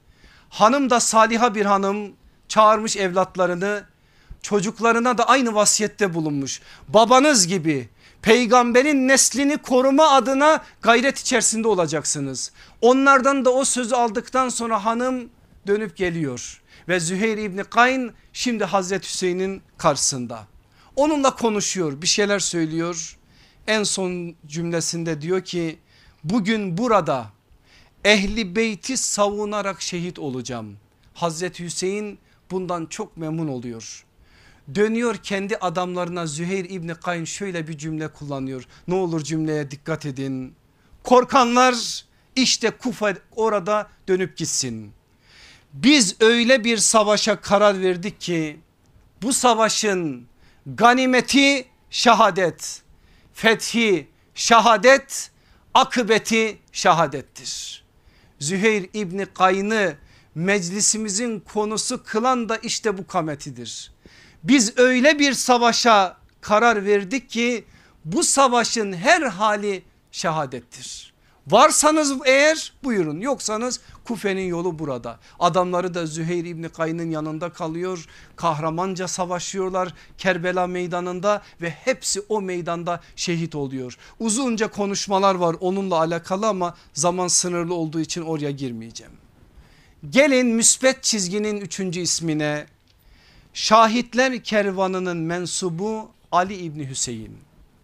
Hanım da saliha bir hanım, çağırmış evlatlarını, çocuklarına da aynı vasiyette bulunmuş. Babanız gibi peygamberin neslini koruma adına gayret içerisinde olacaksınız. Onlardan da o sözü aldıktan sonra hanım dönüp geliyor. Ve Züheyr İbni Kayn şimdi Hazreti Hüseyin'in karşısında. Onunla konuşuyor, bir şeyler söylüyor. En son cümlesinde diyor ki bugün burada ehli beyti savunarak şehit olacağım. Hazreti Hüseyin bundan çok memnun oluyor. Dönüyor kendi adamlarına, Züheyr İbni Kayn şöyle bir cümle kullanıyor. Ne olur cümleye dikkat edin. Korkanlar işte Kufa orada dönüp gitsin. Biz öyle bir savaşa karar verdik ki bu savaşın ganimeti şehadet, fethi şehadet, akıbeti şehadettir. Züheyr İbni Kayn'ı meclisimizin konusu kılan da işte bu kametidir. Biz öyle bir savaşa karar verdik ki bu savaşın her hali şehadettir. Varsanız eğer buyurun, yoksanız Kufe'nin yolu burada. Adamları da Züheyr İbni Kayn'ın yanında kalıyor. Kahramanca savaşıyorlar Kerbela meydanında ve hepsi o meydanda şehit oluyor. Uzunca konuşmalar var onunla alakalı ama zaman sınırlı olduğu için oraya girmeyeceğim. Gelin müspet çizginin 3. ismine, şahitler kervanının mensubu Ali İbni Hüseyin.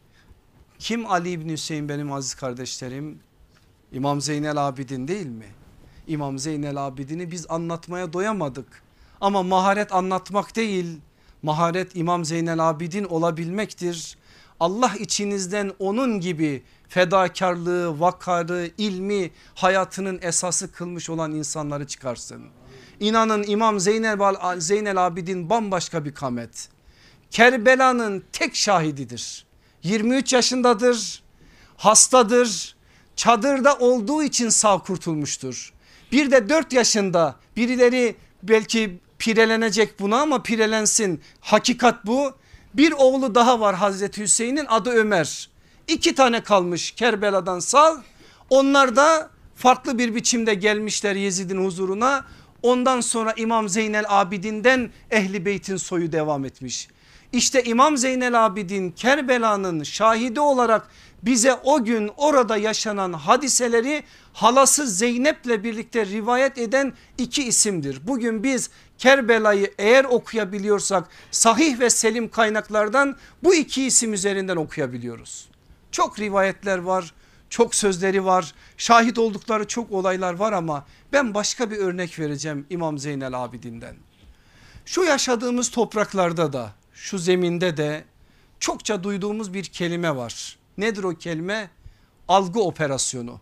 Kim Ali İbni Hüseyin benim aziz kardeşlerim? İmam Zeynel Abidin değil mi? İmam Zeynel Abidin'i biz anlatmaya doyamadık. Ama maharet anlatmak değil, maharet İmam Zeynel Abidin olabilmektir. Allah içinizden onun gibi fedakarlığı, vakarı, ilmi hayatının esası kılmış olan insanları çıkarsın. İnanın İmam Zeynel Abidin bambaşka bir kamet. Kerbela'nın tek şahididir. 23 yaşındadır, hastadır, çadırda olduğu için sağ kurtulmuştur. Bir de 4 yaşında birileri belki Pirelenecek buna ama pirelensin. Hakikat bu. Bir oğlu daha var Hazreti Hüseyin'in, adı Ömer. 2 tane kalmış Kerbela'dan sağ. Onlar da farklı bir biçimde gelmişler Yezid'in huzuruna. Ondan sonra İmam Zeynel Abidin'den Ehli Beyt'in soyu devam etmiş. İşte İmam Zeynel Abidin Kerbela'nın şahidi olarak bize o gün orada yaşanan hadiseleri halası Zeynep'le birlikte rivayet eden 2 isimdir. Bugün biz Kerbela'yı eğer okuyabiliyorsak sahih ve selim kaynaklardan bu 2 isim üzerinden okuyabiliyoruz. Çok rivayetler var, çok sözleri var, şahit oldukları çok olaylar var ama ben başka bir örnek vereceğim İmam Zeynel Abidin'den. Şu yaşadığımız topraklarda da, şu zeminde de çokça duyduğumuz bir kelime var. Nedir o kelime? Algı operasyonu.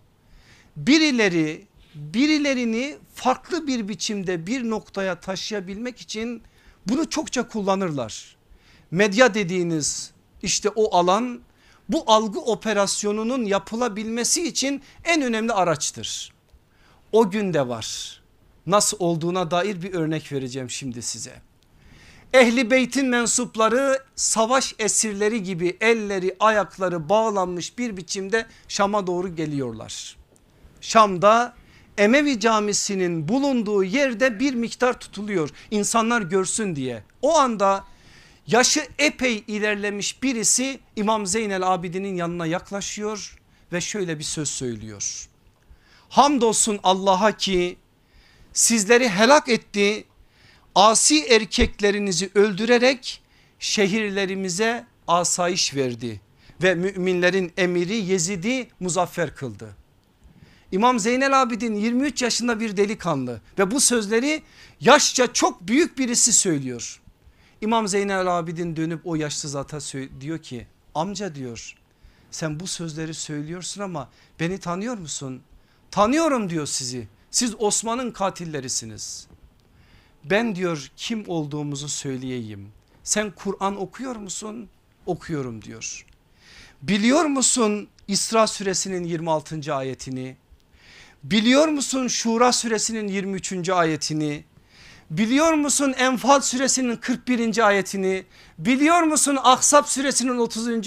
Birilerini farklı bir biçimde bir noktaya taşıyabilmek için bunu çokça kullanırlar. Medya dediğiniz işte o alan bu algı operasyonunun yapılabilmesi için en önemli araçtır. O gün de var. Nasıl olduğuna dair bir örnek vereceğim şimdi size. Ehli Beyt'in mensupları savaş esirleri gibi elleri ayakları bağlanmış bir biçimde Şam'a doğru geliyorlar. Şam'da Emevi Camisi'nin bulunduğu yerde bir miktar tutuluyor insanlar görsün diye. O anda yaşı epey ilerlemiş birisi İmam Zeynel Abidin'in yanına yaklaşıyor ve şöyle bir söz söylüyor. Hamdolsun Allah'a ki sizleri helak etti, asi erkeklerinizi öldürerek şehirlerimize asayiş verdi ve müminlerin emiri Yezid'i muzaffer kıldı. İmam Zeynel Abidin 23 yaşında bir delikanlı ve bu sözleri yaşça çok büyük birisi söylüyor. İmam Zeynel Abidin dönüp o yaşlı zata diyor ki amca diyor, sen bu sözleri söylüyorsun ama beni tanıyor musun? Tanıyorum diyor sizi. Siz Osman'ın katillerisiniz. Ben diyor kim olduğumuzu söyleyeyim. Sen Kur'an okuyor musun? Okuyorum diyor. Biliyor musun İsra suresinin 26. ayetini? Biliyor musun Şura suresinin 23. ayetini? Biliyor musun Enfal suresinin 41. ayetini? Biliyor musun Ahzab suresinin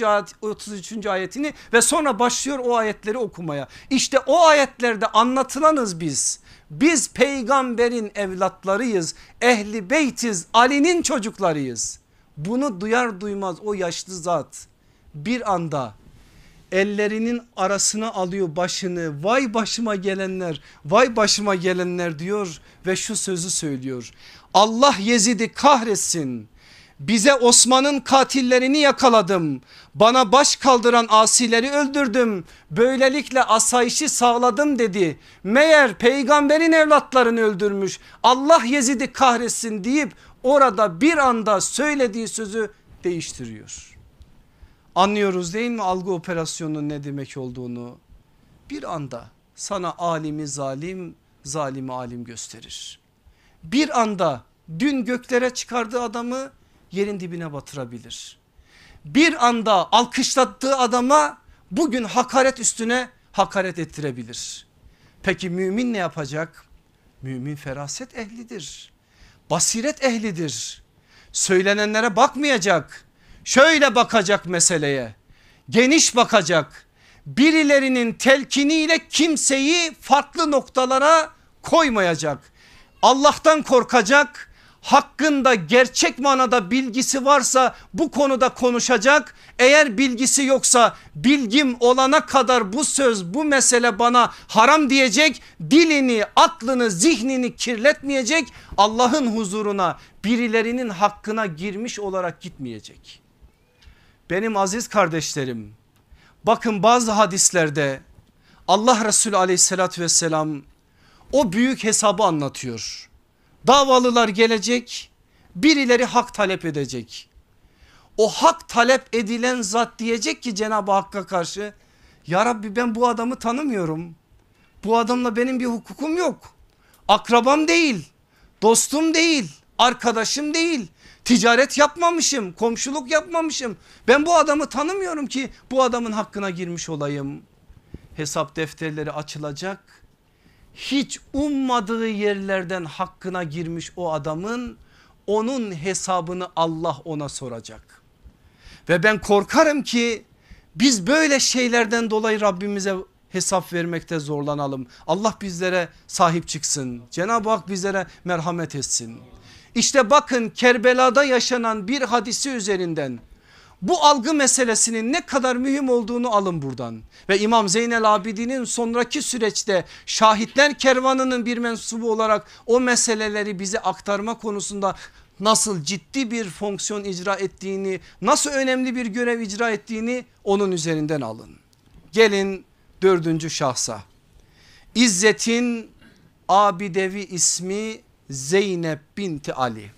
33. ayetini? Ve sonra başlıyor o ayetleri okumaya. İşte o ayetlerde anlatılanız biz. Biz peygamberin evlatlarıyız. Ehli beytiz, Ali'nin çocuklarıyız. Bunu duyar duymaz o yaşlı zat bir anda ellerinin arasına alıyor başını. Vay başıma gelenler, vay başıma gelenler diyor ve şu sözü söylüyor. Allah Yezid'i kahretsin. Bize Osman'ın katillerini yakaladım. Bana baş kaldıran asileri öldürdüm. Böylelikle asayişi sağladım dedi. Meğer peygamberin evlatlarını öldürmüş. Allah Yezid'i kahretsin deyip orada bir anda söylediği sözü değiştiriyor. Anlıyoruz değil mi algı operasyonunun ne demek olduğunu? Bir anda sana alimi zalim, zalimi alim gösterir. Bir anda dün göklere çıkardığı adamı yerin dibine batırabilir. Bir anda alkışlattığı adama bugün hakaret üstüne hakaret ettirebilir. Peki mümin ne yapacak? Mümin feraset ehlidir. Basiret ehlidir. Söylenenlere bakmayacak. Şöyle bakacak meseleye. Geniş bakacak. Birilerinin telkiniyle kimseyi farklı noktalara koymayacak. Allah'tan korkacak. Hakkında gerçek manada bilgisi varsa bu konuda konuşacak. Eğer bilgisi yoksa bilgim olana kadar bu söz bu mesele bana haram diyecek. Dilini, aklını, zihnini kirletmeyecek. Allah'ın huzuruna birilerinin hakkına girmiş olarak gitmeyecek. Benim aziz kardeşlerim, bakın bazı hadislerde Allah Resulü aleyhissalatü vesselam o büyük hesabı anlatıyor. Davalılar gelecek, birileri hak talep edecek. O hak talep edilen zat diyecek ki Cenab-ı Hakk'a karşı, ya Rabbi ben bu adamı tanımıyorum. Bu adamla benim bir hukukum yok. Akrabam değil, dostum değil, arkadaşım değil. Ticaret yapmamışım, komşuluk yapmamışım. Ben bu adamı tanımıyorum ki bu adamın hakkına girmiş olayım. Hesap defterleri açılacak. hiç ummadığı yerlerden hakkına girmiş o adamın, onun hesabını Allah ona soracak. Ve ben korkarım ki biz böyle şeylerden dolayı Rabbimize hesap vermekte zorlanalım. Allah bizlere sahip çıksın. Cenab-ı Hak bizlere merhamet etsin. İşte bakın Kerbela'da yaşanan bir hadisi üzerinden bu algı meselesinin ne kadar mühim olduğunu alın buradan. Ve İmam Zeynel Abidin'in sonraki süreçte şahitler kervanının bir mensubu olarak o meseleleri bize aktarma konusunda nasıl ciddi bir fonksiyon icra ettiğini, nasıl önemli bir görev icra ettiğini onun üzerinden alın. Gelin dördüncü şahsa. İzzet'in abidevi ismi Zeynep binti Ali.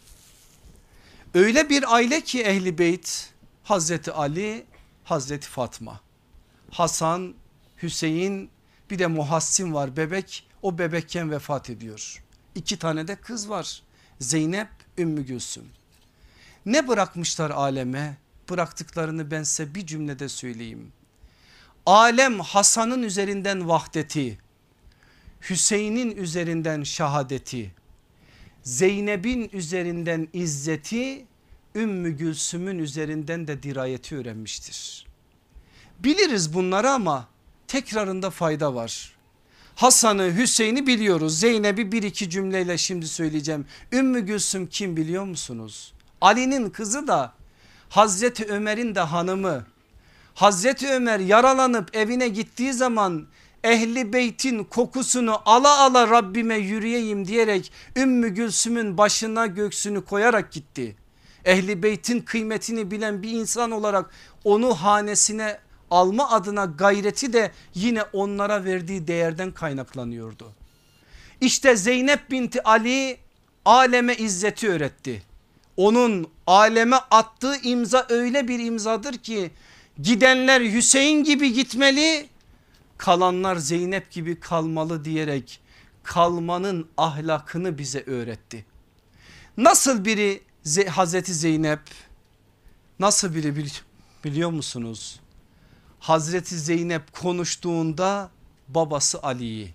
Öyle bir aile ki Ehli Beyt, Hazreti Ali, Hazreti Fatma, Hasan, Hüseyin, bir de Muhassin var bebek, o bebekken vefat ediyor. 2 tane de kız var, Zeynep, Ümmü Gülsüm. Ne bırakmışlar aleme? Bıraktıklarını ben size bir cümlede söyleyeyim. Alem Hasan'ın üzerinden vahdeti, Hüseyin'in üzerinden şahadeti, Zeynep'in üzerinden izzeti, Ümmü Gülsüm'ün üzerinden de dirayeti öğrenmiştir. Biliriz bunları ama tekrarında fayda var. Hasan'ı, Hüseyin'i biliyoruz. Zeynep'i bir iki cümleyle şimdi söyleyeceğim. Ümmü Gülsüm kim biliyor musunuz? Ali'nin kızı da Hazreti Ömer'in de hanımı. Hazreti Ömer yaralanıp evine gittiği zaman Ehli Beyt'in kokusunu ala ala Rabbime yürüyeyim diyerek Ümmü Gülsüm'ün başına göğsünü koyarak gitti. Ehli Beyt'in kıymetini bilen bir insan olarak onu hanesine alma adına gayreti de yine onlara verdiği değerden kaynaklanıyordu. İşte Zeynep binti Ali aleme izzeti öğretti. Onun aleme attığı imza öyle bir imzadır ki gidenler Hüseyin gibi gitmeli, kalanlar Zeynep gibi kalmalı diyerek kalmanın ahlakını bize öğretti. Nasıl biri Hazreti Zeynep, nasıl biri biliyor musunuz? Hazreti Zeynep konuştuğunda babası Ali'yi,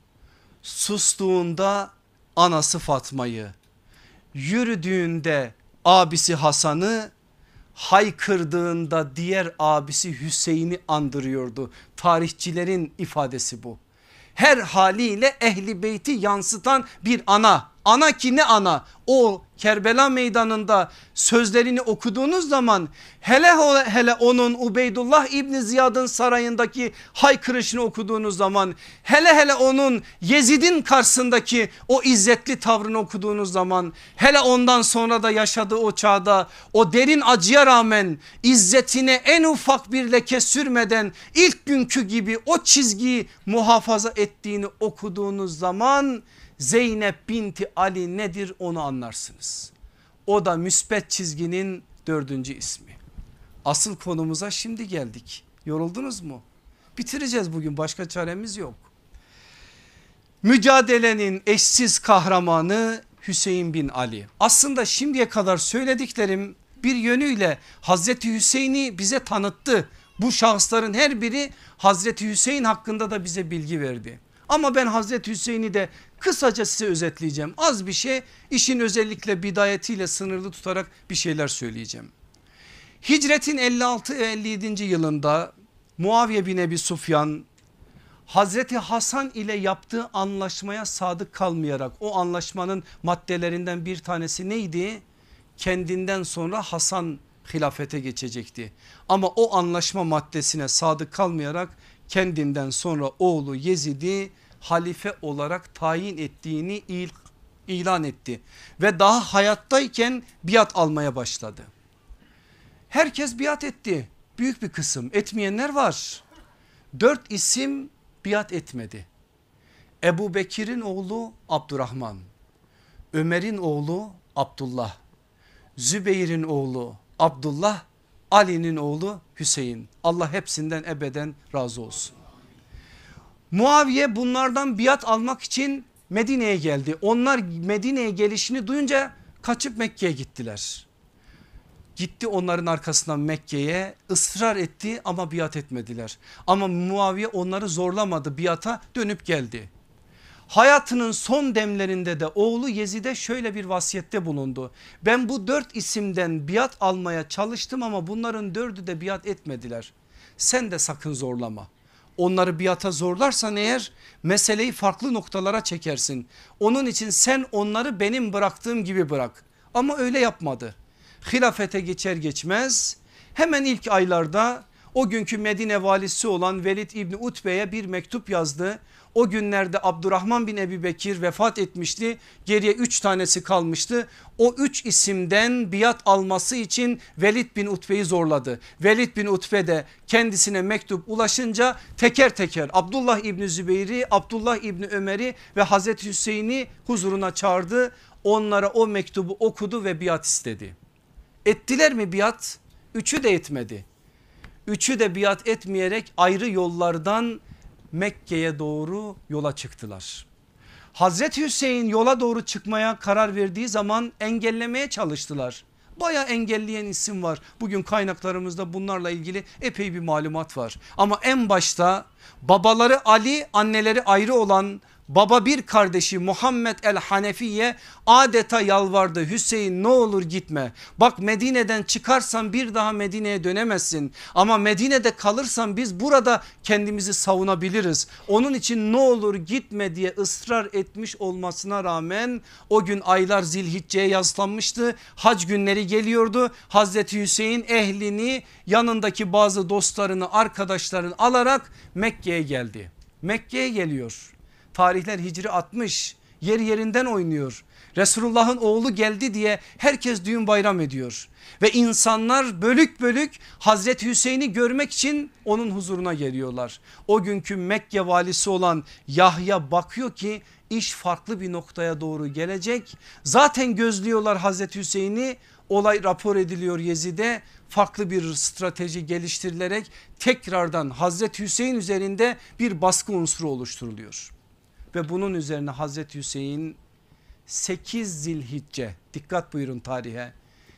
sustuğunda anası Fatma'yı, yürüdüğünde abisi Hasan'ı, haykırdığında diğer abisi Hüseyin'i andırıyordu. Tarihçilerin ifadesi bu. Her haliyle Ehli Beyt'i yansıtan bir ana. Ana ki ne ana? O Kerbela meydanında sözlerini okuduğunuz zaman hele onun Ubeydullah İbni Ziyad'ın sarayındaki haykırışını okuduğunuz zaman, hele onun Yezid'in karşısındaki o izzetli tavrını okuduğunuz zaman, hele ondan sonra da yaşadığı o çağda o derin acıya rağmen izzetine en ufak bir leke sürmeden ilk günkü gibi o çizgiyi muhafaza ettiğini okuduğunuz zaman Zeynep binti Ali nedir onu anlarsınız. O da müspet çizginin 4. ismi. Asıl konumuza şimdi geldik. Yoruldunuz mu? Bitireceğiz bugün, başka çaremiz yok. Mücadelenin eşsiz kahramanı Hüseyin bin Ali. Aslında şimdiye kadar söylediklerim bir yönüyle Hazreti Hüseyin'i bize tanıttı. Bu şahısların her biri Hazreti Hüseyin hakkında da bize bilgi verdi. Ama ben Hazreti Hüseyin'i de kısaca size özetleyeceğim. Az bir şey, işin özellikle bidayetiyle sınırlı tutarak bir şeyler söyleyeceğim. Hicretin 56-57. yılında Muaviye bin Ebi Sufyan Hazreti Hasan ile yaptığı anlaşmaya sadık kalmayarak, o anlaşmanın maddelerinden bir tanesi neydi? Kendinden sonra Hasan hilafete geçecekti. Ama o anlaşma maddesine sadık kalmayarak kendinden sonra oğlu Yezid'i halife olarak tayin ettiğini ilan etti. Ve daha hayattayken biat almaya başladı. Herkes biat etti. Büyük bir kısım, etmeyenler var. 4 isim biat etmedi. Ebu Bekir'in oğlu Abdurrahman, Ömer'in oğlu Abdullah, Zübeyir'in oğlu Abdullah, Ali'nin oğlu Hüseyin. Allah hepsinden ebeden razı olsun. Muaviye bunlardan biat almak için Medine'ye geldi. Onlar Medine'ye gelişini duyunca kaçıp Mekke'ye gittiler. Gitti onların arkasından Mekke'ye, ısrar etti ama biat etmediler. Ama Muaviye onları zorlamadı, biata dönüp geldi. Hayatının son demlerinde de oğlu Yezid'e şöyle bir vasiyette bulundu. Ben bu 4 isimden biat almaya çalıştım ama bunların 4'ü de biat etmediler. Sen de sakın zorlama. Onları biata zorlarsan eğer meseleyi farklı noktalara çekersin. Onun için sen onları benim bıraktığım gibi bırak. Ama öyle yapmadı. Hilafete geçer geçmez hemen ilk aylarda o günkü Medine valisi olan Velid İbni Utbe'ye bir mektup yazdı. O günlerde Abdurrahman bin Ebi Bekir vefat etmişti. Geriye 3 tanesi kalmıştı. O 3 isimden biat alması için Velid bin Utbe'yi zorladı. Velid bin Utbe de kendisine mektup ulaşınca teker teker Abdullah İbni Zübeyir'i, Abdullah İbni Ömer'i ve Hazreti Hüseyin'i huzuruna çağırdı. Onlara o mektubu okudu ve biat istedi. Ettiler mi biat? 3'ü de etmedi. 3'ü de biat etmeyerek ayrı yollardan Mekke'ye doğru yola çıktılar. Hazreti Hüseyin yola doğru çıkmaya karar verdiği zaman engellemeye çalıştılar. Baya engelleyen isim var. Bugün kaynaklarımızda bunlarla ilgili epey bir malumat var. Ama en başta babaları Ali, anneleri ayrı olan baba bir kardeşi Muhammed el Hanefiye adeta yalvardı. Hüseyin ne olur gitme. Bak Medine'den çıkarsan bir daha Medine'ye dönemezsin. Ama Medine'de kalırsan biz burada kendimizi savunabiliriz. Onun için ne olur gitme diye ısrar etmiş olmasına rağmen o gün aylar Zilhicce'ye yaslanmıştı. Hac günleri geliyordu. Hazreti Hüseyin ehlini, yanındaki bazı dostlarını, arkadaşlarını alarak Mekke'ye geldi. Mekke'ye geliyor. Tarihler Hicri 60, yer yerinden oynuyor. Resulullah'ın oğlu geldi diye herkes düğün bayram ediyor. Ve insanlar bölük bölük Hazreti Hüseyin'i görmek için onun huzuruna geliyorlar. O günkü Mekke valisi olan Yahya bakıyor ki iş farklı bir noktaya doğru gelecek. Zaten gözlüyorlar Hazreti Hüseyin'i. Olay rapor ediliyor Yezid'e. Farklı bir strateji geliştirilerek tekrardan Hazreti Hüseyin üzerinde bir baskı unsuru oluşturuluyor. Ve bunun üzerine Hazreti Hüseyin 8 Zilhicce, dikkat buyurun tarihe,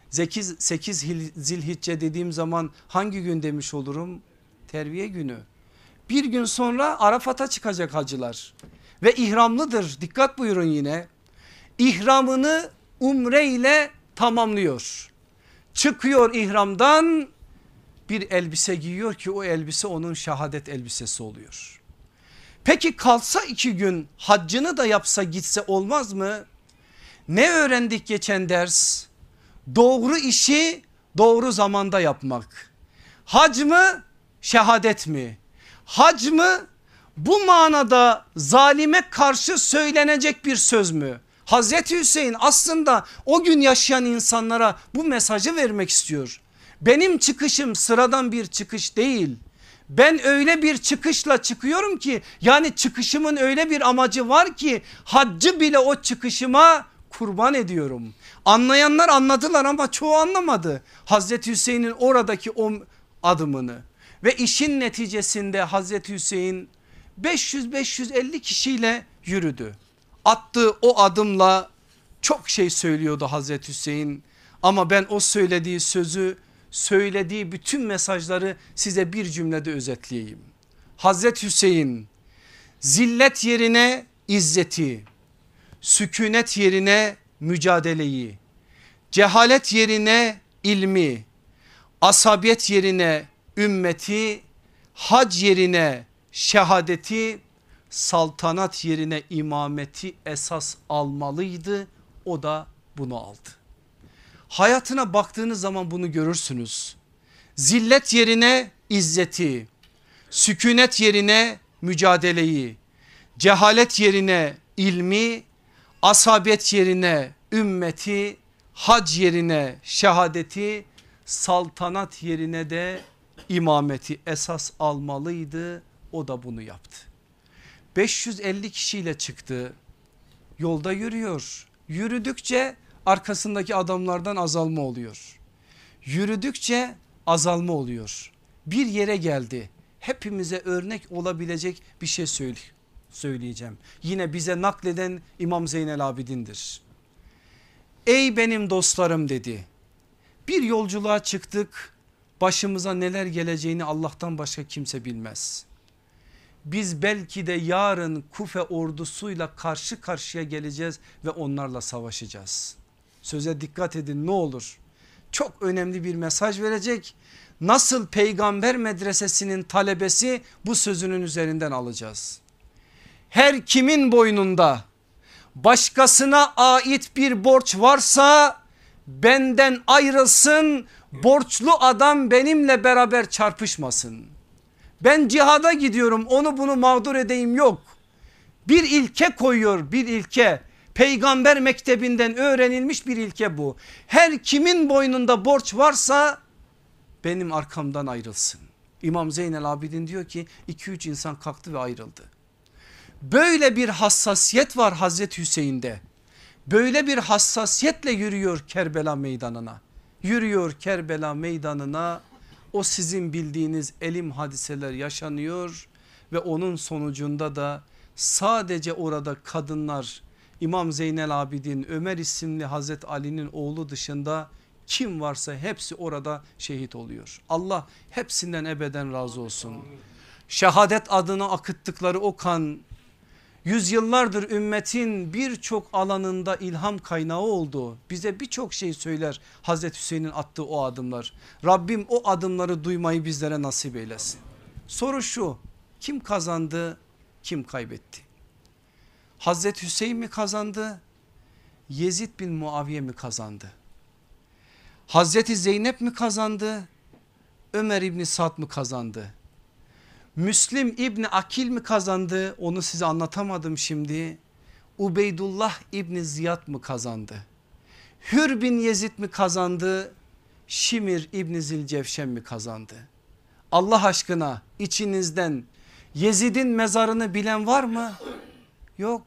8 Zilhicce dediğim zaman hangi gün demiş olurum? Terviye günü. Bir gün sonra Arafat'a çıkacak hacılar ve ihramlıdır, dikkat buyurun yine. İhramını umre ile tamamlıyor. Çıkıyor ihramdan, bir elbise giyiyor ki o elbise onun şehadet elbisesi oluyor. Peki kalsa 2 gün haccını da yapsa gitse olmaz mı? Ne öğrendik geçen ders? Doğru işi doğru zamanda yapmak. Hac mı, şehadet mi? Hac mı, bu manada zalime karşı söylenecek bir söz mü? Hazreti Hüseyin aslında o gün yaşayan insanlara bu mesajı vermek istiyor. Benim çıkışım sıradan bir çıkış değil. Ben öyle bir çıkışla çıkıyorum ki, yani çıkışımın öyle bir amacı var ki haccı bile o çıkışıma kurban ediyorum. Anlayanlar anladılar ama çoğu anlamadı Hazreti Hüseyin'in oradaki o adımını. Ve işin neticesinde Hazreti Hüseyin 500-550 kişiyle yürüdü. Attığı o adımla çok şey söylüyordu Hazreti Hüseyin. Ama ben o söylediği sözü, söylediği bütün mesajları size bir cümlede özetleyeyim. Hazreti Hüseyin zillet yerine izzeti, sükunet yerine mücadeleyi, cehalet yerine ilmi, asabiyet yerine ümmeti, hac yerine şehadeti, saltanat yerine imameti esas almalıydı. O da bunu aldı. Hayatına baktığınız zaman bunu görürsünüz. Zillet yerine izzeti, sükunet yerine mücadeleyi, cehalet yerine ilmi, asabiyet yerine ümmeti, hac yerine şehadeti, saltanat yerine de imameti esas almalıydı. O da bunu yaptı. 550 kişiyle çıktı, yolda yürüyor. Yürüdükçe arkasındaki adamlardan azalma oluyor. Yürüdükçe azalma oluyor. Bir yere geldi. Hepimize örnek olabilecek bir şey söyleyeceğim. Yine bize nakleden İmam Zeynel Abidin'dir. Ey benim dostlarım dedi. Bir yolculuğa çıktık. Başımıza neler geleceğini Allah'tan başka kimse bilmez. Biz belki de yarın Kufe ordusuyla karşı karşıya geleceğiz ve onlarla savaşacağız. Söze dikkat edin ne olur. Çok önemli bir mesaj verecek. Nasıl peygamber medresesinin talebesi bu sözünün üzerinden alacağız. Her kimin boynunda başkasına ait bir borç varsa benden ayrılsın, borçlu adam benimle beraber çarpışmasın. Ben cihada gidiyorum, onu bunu mağdur edeyim yok. Bir ilke koyuyor, bir ilke. Peygamber mektebinden öğrenilmiş bir ilke bu. Her kimin boynunda borç varsa benim arkamdan ayrılsın. İmam Zeynel Abidin diyor ki 2-3 insan kalktı ve ayrıldı. Böyle bir hassasiyet var Hazreti Hüseyin'de. Böyle bir hassasiyetle yürüyor Kerbela meydanına. Yürüyor Kerbela meydanına. O sizin bildiğiniz elim hadiseler yaşanıyor ve onun sonucunda da sadece orada kadınlar, İmam Zeynel Abidin, Ömer isimli Hazreti Ali'nin oğlu dışında kim varsa hepsi orada şehit oluyor. Allah hepsinden ebeden razı olsun. Şehadet adına akıttıkları o kan yüzyıllardır ümmetin birçok alanında ilham kaynağı oldu. Bize birçok şey söyler Hazreti Hüseyin'in attığı o adımlar. Rabbim o adımları duymayı bizlere nasip eylesin. Soru şu: kim kazandı, kim kaybetti? Hazreti Hüseyin mi kazandı, Yezid bin Muaviye mi kazandı? Hazreti Zeynep mi kazandı, Ömer İbni Sad mı kazandı? Müslim İbni Akil mi kazandı, onu size anlatamadım şimdi. Ubeydullah İbni Ziyad mı kazandı? Hür bin Yezid mi kazandı, Şimir İbni Zilcevşen mi kazandı? Allah aşkına içinizden Yezid'in mezarını bilen var mı? Yok.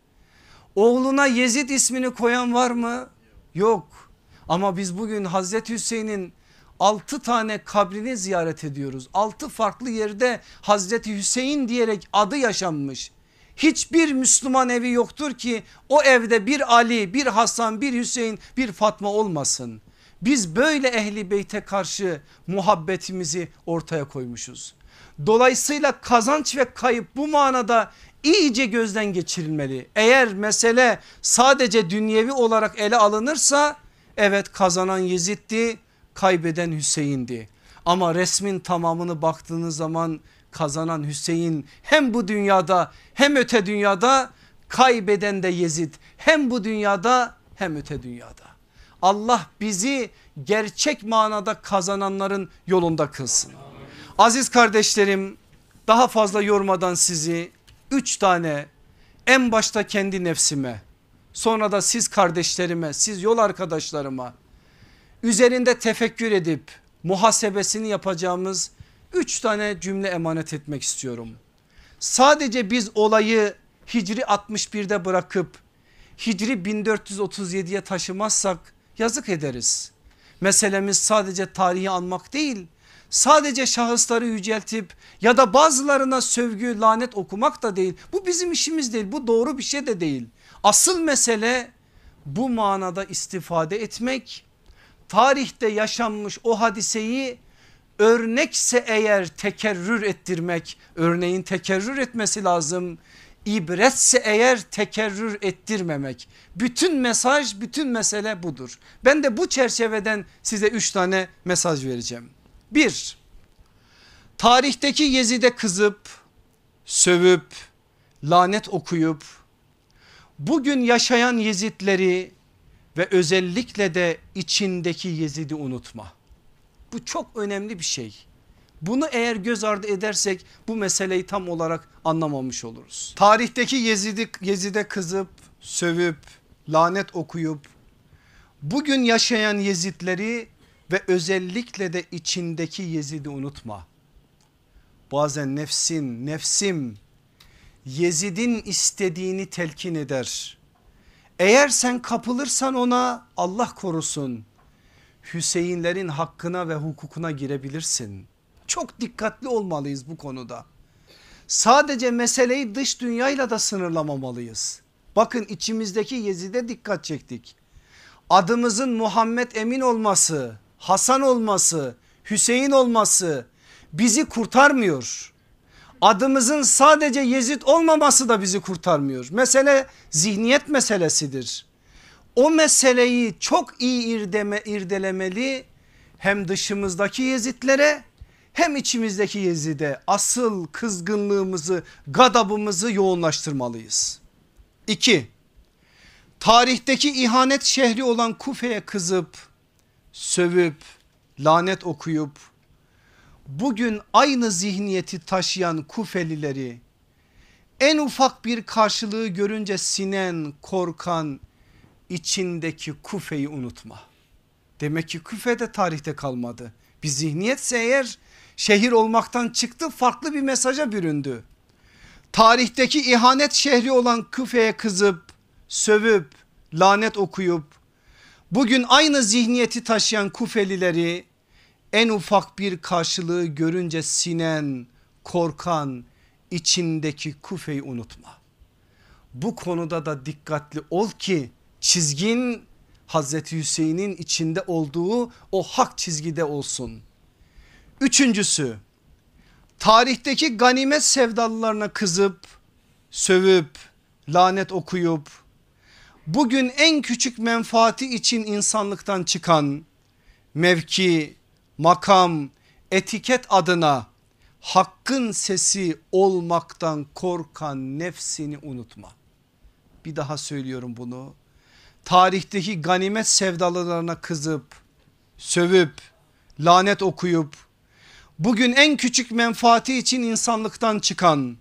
Oğluna Yezid ismini koyan var mı? Yok. Ama biz bugün Hazreti Hüseyin'in 6 tane kabrini ziyaret ediyoruz. 6 farklı yerde Hazreti Hüseyin diyerek adı yaşanmış. Hiçbir Müslüman evi yoktur ki o evde bir Ali, bir Hasan, bir Hüseyin, bir Fatma olmasın. Biz böyle ehli beyte karşı muhabbetimizi ortaya koymuşuz. Dolayısıyla kazanç ve kayıp bu manada iyice gözden geçirilmeli. Eğer mesele sadece dünyevi olarak ele alınırsa evet, kazanan Yezid'di, kaybeden Hüseyin'di. Ama resmin tamamını baktığınız zaman kazanan Hüseyin hem bu dünyada hem öte dünyada, kaybeden de Yezid hem bu dünyada hem öte dünyada. Allah bizi gerçek manada kazananların yolunda kılsın. Aziz kardeşlerim, daha fazla yormadan sizi 3 tane, en başta kendi nefsime, sonra da siz kardeşlerime, siz yol arkadaşlarıma üzerinde tefekkür edip muhasebesini yapacağımız 3 tane cümle emanet etmek istiyorum. Sadece biz olayı Hicri 61'de bırakıp Hicri 1437'ye taşımazsak yazık ederiz. Meselemiz sadece tarihi anmak değil, sadece şahısları yüceltip ya da bazılarına sövgü, lanet okumak da değil. Bu bizim işimiz değil, bu doğru bir şey de değil. Asıl mesele bu manada istifade etmek, tarihte yaşanmış o hadiseyi örnekse eğer tekerrür ettirmek, örneğin tekerrür etmesi lazım. İbretse eğer tekerrür ettirmemek. Bütün mesaj, bütün mesele budur. Ben de bu çerçeveden size 3 tane mesaj vereceğim. 1. Tarihteki Yezid'e kızıp, sövüp, lanet okuyup bugün yaşayan Yezidleri ve özellikle de içindeki Yezid'i unutma. Bu çok önemli bir şey. Bunu eğer göz ardı edersek bu meseleyi tam olarak anlamamış oluruz. Tarihteki Yezid'e kızıp, sövüp, lanet okuyup bugün yaşayan Yezidleri ve özellikle de içindeki Yezid'i unutma. Bazen nefsim Yezid'in istediğini telkin eder. Eğer sen kapılırsan ona, Allah korusun, Hüseyinlerin hakkına ve hukukuna girebilirsin. Çok dikkatli olmalıyız bu konuda. Sadece meseleyi dış dünyayla da sınırlamamalıyız. Bakın, içimizdeki Yezid'e dikkat çektik. Adımızın Muhammed Emin olması, Hasan olması, Hüseyin olması bizi kurtarmıyor. Adımızın sadece Yezid olmaması da bizi kurtarmıyor. Mesele zihniyet meselesidir. O meseleyi çok iyi irdelemeli, hem dışımızdaki Yezidlere hem içimizdeki Yezid'e asıl kızgınlığımızı, gadabımızı yoğunlaştırmalıyız. 2. Tarihteki ihanet şehri olan Kufe'ye kızıp, sövüp, lanet okuyup bugün aynı zihniyeti taşıyan Kufelileri en ufak bir karşılığı görünce sinen, korkan içindeki Kufe'yi unutma. Demek ki Küfe de tarihte kalmadı. Bir zihniyetse eğer şehir olmaktan çıktı, farklı bir mesaja büründü. Tarihteki ihanet şehri olan Küfe'ye kızıp, sövüp, lanet okuyup bugün aynı zihniyeti taşıyan Kufelileri en ufak bir karşılığı görünce sinen, korkan içindeki Kufe'yi unutma. Bu konuda da dikkatli ol ki çizgin Hazreti Hüseyin'in içinde olduğu o hak çizgide olsun. Üçüncüsü, tarihteki ganimet sevdalılarına kızıp, sövüp, lanet okuyup bugün en küçük menfaati için insanlıktan çıkan, mevki, makam, etiket adına hakkın sesi olmaktan korkan nefsini unutma. Bir daha söylüyorum bunu. Tarihteki ganimet sevdalılarına kızıp, sövüp, lanet okuyup bugün en küçük menfaati için insanlıktan çıkan,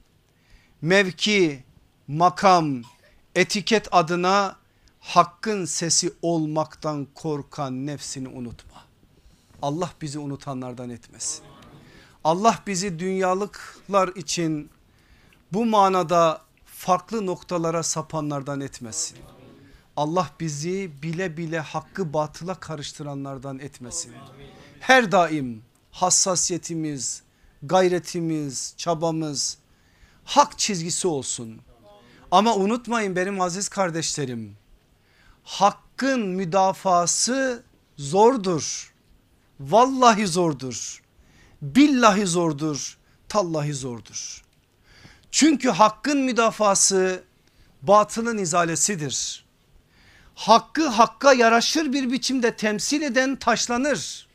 mevki, makam, etiket adına hakkın sesi olmaktan korkan nefsini unutma. Allah bizi unutanlardan etmesin. Allah bizi dünyalıklar için bu manada farklı noktalara sapanlardan etmesin. Allah bizi bile bile hakkı batıla karıştıranlardan etmesin. Her daim hassasiyetimiz, gayretimiz, çabamız hak çizgisi olsun. Ama unutmayın benim aziz kardeşlerim, hakkın müdafası zordur. Vallahi zordur. Billahi zordur. Tallahi zordur. Çünkü hakkın müdafası batılın izalesidir. Hakkı hakka yaraşır bir biçimde temsil eden taşlanır.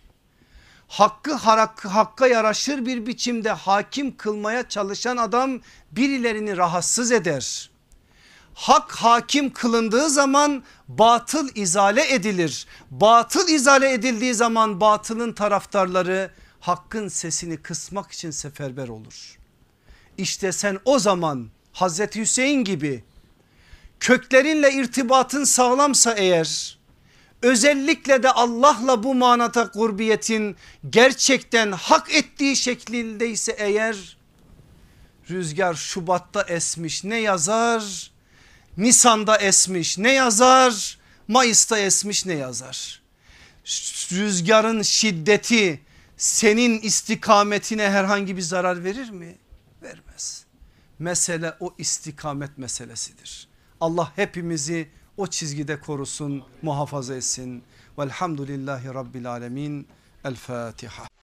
Hakkı hakka yaraşır bir biçimde hakim kılmaya çalışan adam birilerini rahatsız eder. Hak hakim kılındığı zaman batıl izale edilir. Batıl izale edildiği zaman batılın taraftarları hakkın sesini kısmak için seferber olur. İşte sen o zaman Hazreti Hüseyin gibi köklerinle irtibatın sağlamsa eğer, özellikle de Allah'la bu manata kurbiyetin gerçekten hak ettiği şeklindeyse eğer, rüzgar Şubat'ta esmiş ne yazar? Nisan'da esmiş ne yazar? Mayıs'ta esmiş ne yazar? Rüzgarın şiddeti senin istikametine herhangi bir zarar verir mi? Vermez. Mesele o istikamet meselesidir. Allah hepimizi o çizgide korusun, muhafaza etsin. Velhamdülillahi Rabbil alemin. El Fatiha.